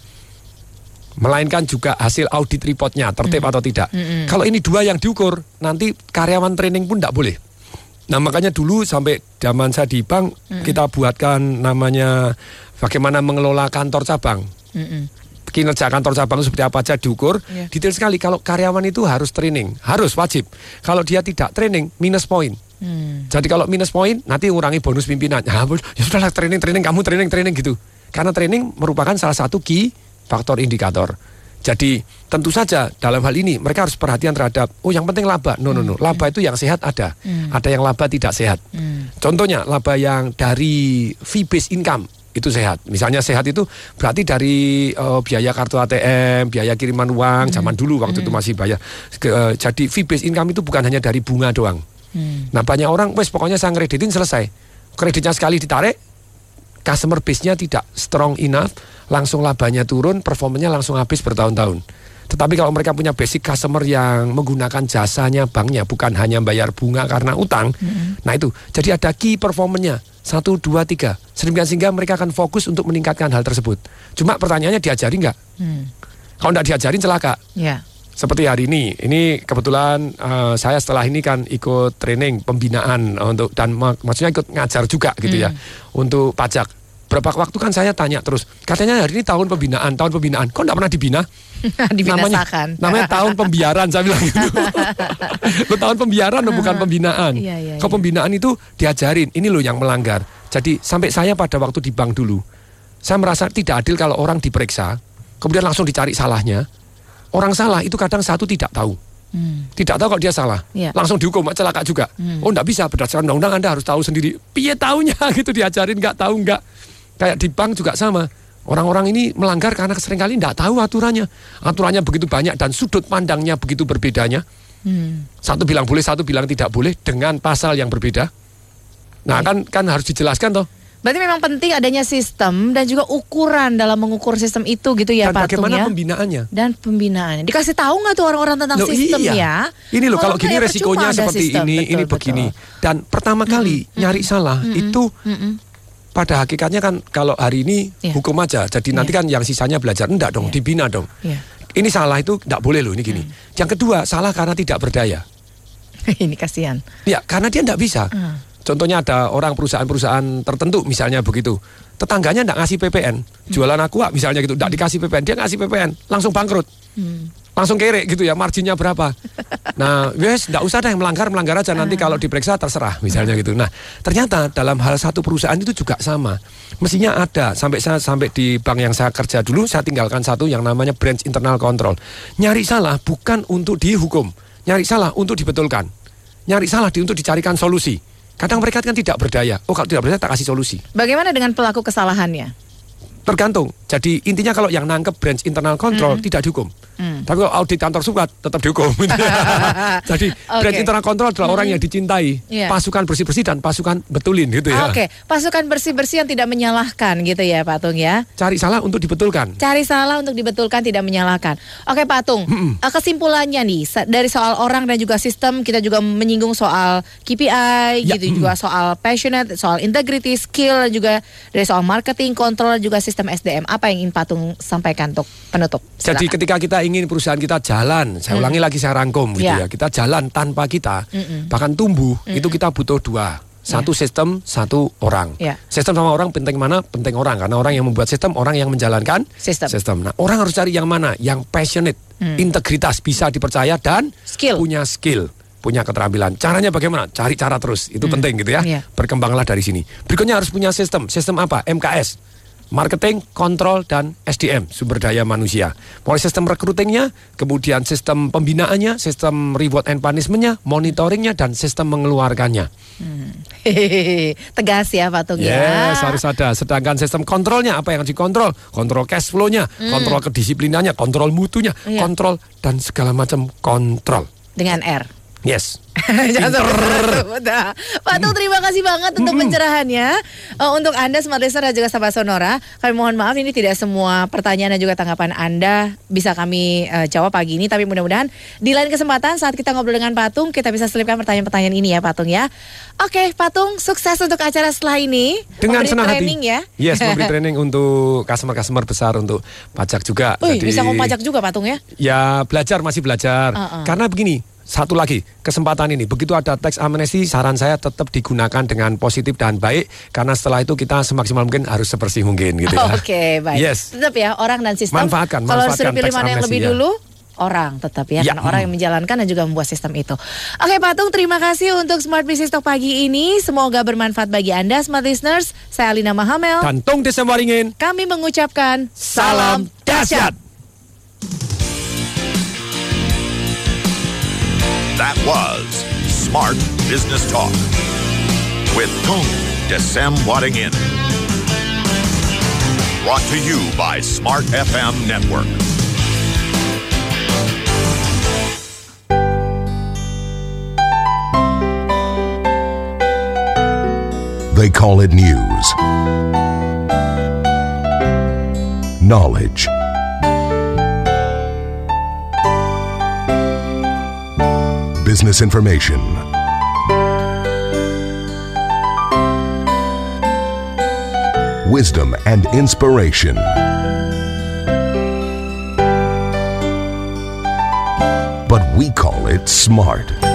melainkan juga hasil audit reportnya, tertib hmm. atau tidak. Hmm. Kalau ini dua yang diukur, nanti karyawan training pun tidak boleh. Nah makanya dulu sampai zaman saya di bank, hmm. kita buatkan namanya bagaimana mengelola kantor cabang. Hmm. Kinerja kantor cabang seperti apa aja diukur, yeah. detail sekali. Kalau karyawan itu harus training, harus wajib. Kalau dia tidak training, minus poin. Hmm. Jadi kalau minus poin, nanti ngurangi bonus pimpinan. Ya, ya sudahlah training, training, kamu training, training gitu. Karena training merupakan salah satu key faktor indikator. Jadi tentu saja dalam hal ini mereka harus perhatian terhadap, oh yang penting laba. No, no, no. Laba itu yang sehat ada. Hmm. Ada yang laba tidak sehat. Hmm. Contohnya laba yang dari fee based income. Itu sehat. Misalnya sehat itu berarti dari uh, biaya kartu A T M, biaya kiriman uang, hmm. zaman dulu waktu hmm. itu masih bayar. Ke, uh, jadi fee based income itu bukan hanya dari bunga doang. Hmm. Nah banyak orang, wes pokoknya saya ngereditin selesai. Kreditnya sekali ditarik, customer base-nya tidak strong enough, langsung labanya turun, performanya langsung habis bertahun-tahun. Tetapi kalau mereka punya basic customer yang menggunakan jasanya banknya, bukan hanya bayar bunga karena utang, mm-hmm. nah itu, jadi ada key performance-nya, satu, dua, tiga. Sedemikian sehingga mereka akan fokus untuk meningkatkan hal tersebut. Cuma pertanyaannya diajari nggak? Hmm. Kalau nggak diajarin celaka. Yeah. Seperti hari ini, ini kebetulan uh, saya setelah ini kan ikut training pembinaan untuk dan mak- maksudnya ikut ngajar juga gitu hmm. ya untuk pajak. Berapa waktu kan saya tanya terus, katanya hari ini tahun pembinaan, tahun pembinaan, kok nggak pernah dibina? Dibinasakan. Namanya, namanya tahun pembiaran saya bilang gitu. Lo tahun pembiaran lo bukan pembinaan. Iya, iya, Kok iya. pembinaan itu diajarin, ini lo yang melanggar. Jadi sampai saya pada waktu di bank dulu, saya merasa tidak adil kalau orang diperiksa, kemudian langsung dicari salahnya. Orang salah itu kadang satu tidak tahu. Hmm. Tidak tahu kalau dia salah. Ya. Langsung dihukum, celaka juga. Hmm. Oh enggak bisa, berdasarkan undang-undang Anda harus tahu sendiri. Piye taunya gitu diajarin, enggak tahu enggak. Kayak di bank juga sama. Orang-orang ini melanggar karena seringkali enggak tahu aturannya. Aturannya begitu banyak dan sudut pandangnya begitu berbedanya. Hmm. Satu bilang boleh, satu bilang tidak boleh dengan pasal yang berbeda. Nah kan kan harus dijelaskan toh. Berarti memang penting adanya sistem dan juga ukuran dalam mengukur sistem itu gitu ya, dan Patung bagaimana ya. pembinaannya? Dan pembinaannya. Dikasih tahu nggak tuh orang-orang tentang Loh, sistem iya. ya? Ini loh kalau enggak gini ya, resikonya percuma ada seperti sistem. ini, Betul, ini betul. begini. Dan pertama kali Mm-mm. nyari salah Mm-mm. itu Mm-mm. pada hakikatnya kan kalau hari ini Yeah. hukum aja. Jadi nanti Yeah. kan yang sisanya belajar enggak dong, Yeah. dibina dong. Yeah. Ini salah itu enggak boleh loh ini gini. Mm. Yang kedua salah karena tidak berdaya. Ini kasihan. Ya karena dia enggak bisa. Mm. Contohnya ada orang perusahaan-perusahaan tertentu misalnya begitu. Tetangganya enggak ngasih P P N. Jualan aqua misalnya gitu, enggak dikasih P P N, dia ngasih P P N, langsung bangkrut. Hmm. Langsung kere gitu ya, marginnya berapa. Nah, wes enggak usah dah yang melanggar, melanggar aja nanti kalau diperiksa terserah misalnya gitu. Nah, ternyata dalam hal satu perusahaan itu juga sama. Mestinya ada, sampai saya sampai di bank yang saya kerja dulu, saya tinggalkan satu yang namanya branch internal control. Nyari salah bukan untuk dihukum, nyari salah untuk dibetulkan. Nyari salah di, untuk dicarikan solusi. Kadang mereka kan tidak berdaya. Oh kalau tidak berdaya tak kasih solusi. Bagaimana dengan pelaku kesalahannya? Tergantung. Jadi intinya kalau yang nangkep branch internal control Mm-hmm. tidak dihukum. Mm. Tapi kalau audit kantor sukat tetap dihukum. Jadi Okay. branch internal control adalah orang yang dicintai. Yeah. Pasukan bersih-bersih dan pasukan betulin gitu ya. Oke, pasukan bersih-bersih yang tidak menyalahkan gitu ya Pak Tung ya. Cari salah untuk dibetulkan. Cari salah untuk dibetulkan, tidak menyalahkan. Oke Pak Tung, Mm-mm. eh, kesimpulannya nih sa- dari soal orang dan juga sistem, kita juga menyinggung soal K P I, Ya, gitu mm. juga soal passionate, soal integrity, skill, dan juga dari soal marketing, kontrol, juga sistem S D M. Apa yang ingin Pak Tung sampaikan untuk penutup? Jadi Silakan. ketika kita ingin perusahaan kita jalan, saya Mm. ulangi lagi, saya rangkum gitu Ya. ya. Kita jalan tanpa kita, Mm-mm. bahkan tumbuh, Mm-mm. itu kita butuh dua. Satu sistem, satu orang. Ya. Sistem sama orang penting mana? Penting orang. Karena orang yang membuat sistem, orang yang menjalankan sistem. Nah, orang harus cari yang mana? Yang passionate, Hmm. integritas, bisa dipercaya dan Skill. punya skill, punya keterampilan. Caranya bagaimana? Cari cara terus. Itu Hmm. penting gitu ya. Iya. Berkembanglah dari sini. Berikutnya harus punya sistem. Sistem apa? M K S. Marketing, kontrol, dan S D M, sumber daya manusia. Mulai sistem recruitingnya, kemudian sistem pembinaannya, sistem reward and punishmentnya, monitoringnya, dan sistem mengeluarkannya. Hmm. Hehehe. Tegas ya Pak Tung ya. Yes, harus ada. Sedangkan sistem kontrolnya, apa yang dikontrol? Kontrol cash flow-nya, Hmm. kontrol kedisiplinannya, kontrol mutunya, Iya. kontrol, dan segala macam kontrol. Dengan R. Yes. Jangan sebut-sebut. Nah, Pak Tung, terima kasih banget untuk pencerahannya. Uh, untuk Anda Smart Listener dan juga sahabat Sonora, kami mohon maaf ini tidak semua pertanyaan dan juga tanggapan Anda bisa kami uh, jawab pagi ini, tapi mudah-mudahan di lain kesempatan saat kita ngobrol dengan Pak Tung, kita bisa selipkan pertanyaan-pertanyaan ini ya Pak Tung ya. Oke, Pak Tung, sukses untuk acara setelah ini. Dengan Memberi senang training hati. ya. Yes, memberi training untuk customer-customer besar untuk pajak juga. Wih, Jadi, bisa ngomong pajak juga Pak Tung ya. Ya, belajar, masih belajar. Uh-uh. Karena begini, satu lagi, kesempatan ini, begitu ada tax amnesty, saran saya tetap digunakan dengan positif dan baik, karena setelah itu kita semaksimal mungkin harus sebersih mungkin gitu ya. Oke, baik. Yes. Tetap ya, orang dan sistem. Manfaatkan, Kalau manfaatkan disuruh pilih tax mana yang amnesty, lebih ya. dulu, orang tetap ya, Ya, karena orang hmm. yang menjalankan dan juga membuat sistem itu. Oke Pak Tung, terima kasih untuk Smart Business Talk pagi ini. Semoga bermanfaat bagi Anda Smart Listeners. Saya Alina Mahamel. Dan Tung Desem Waringin. Kami mengucapkan Salam dahsyat. That was Smart Business Talk with Tung Desem Wadding In. Brought to you by Smart F M Network. They call it news. Knowledge. business information. Wisdom and inspiration. But we call it smart.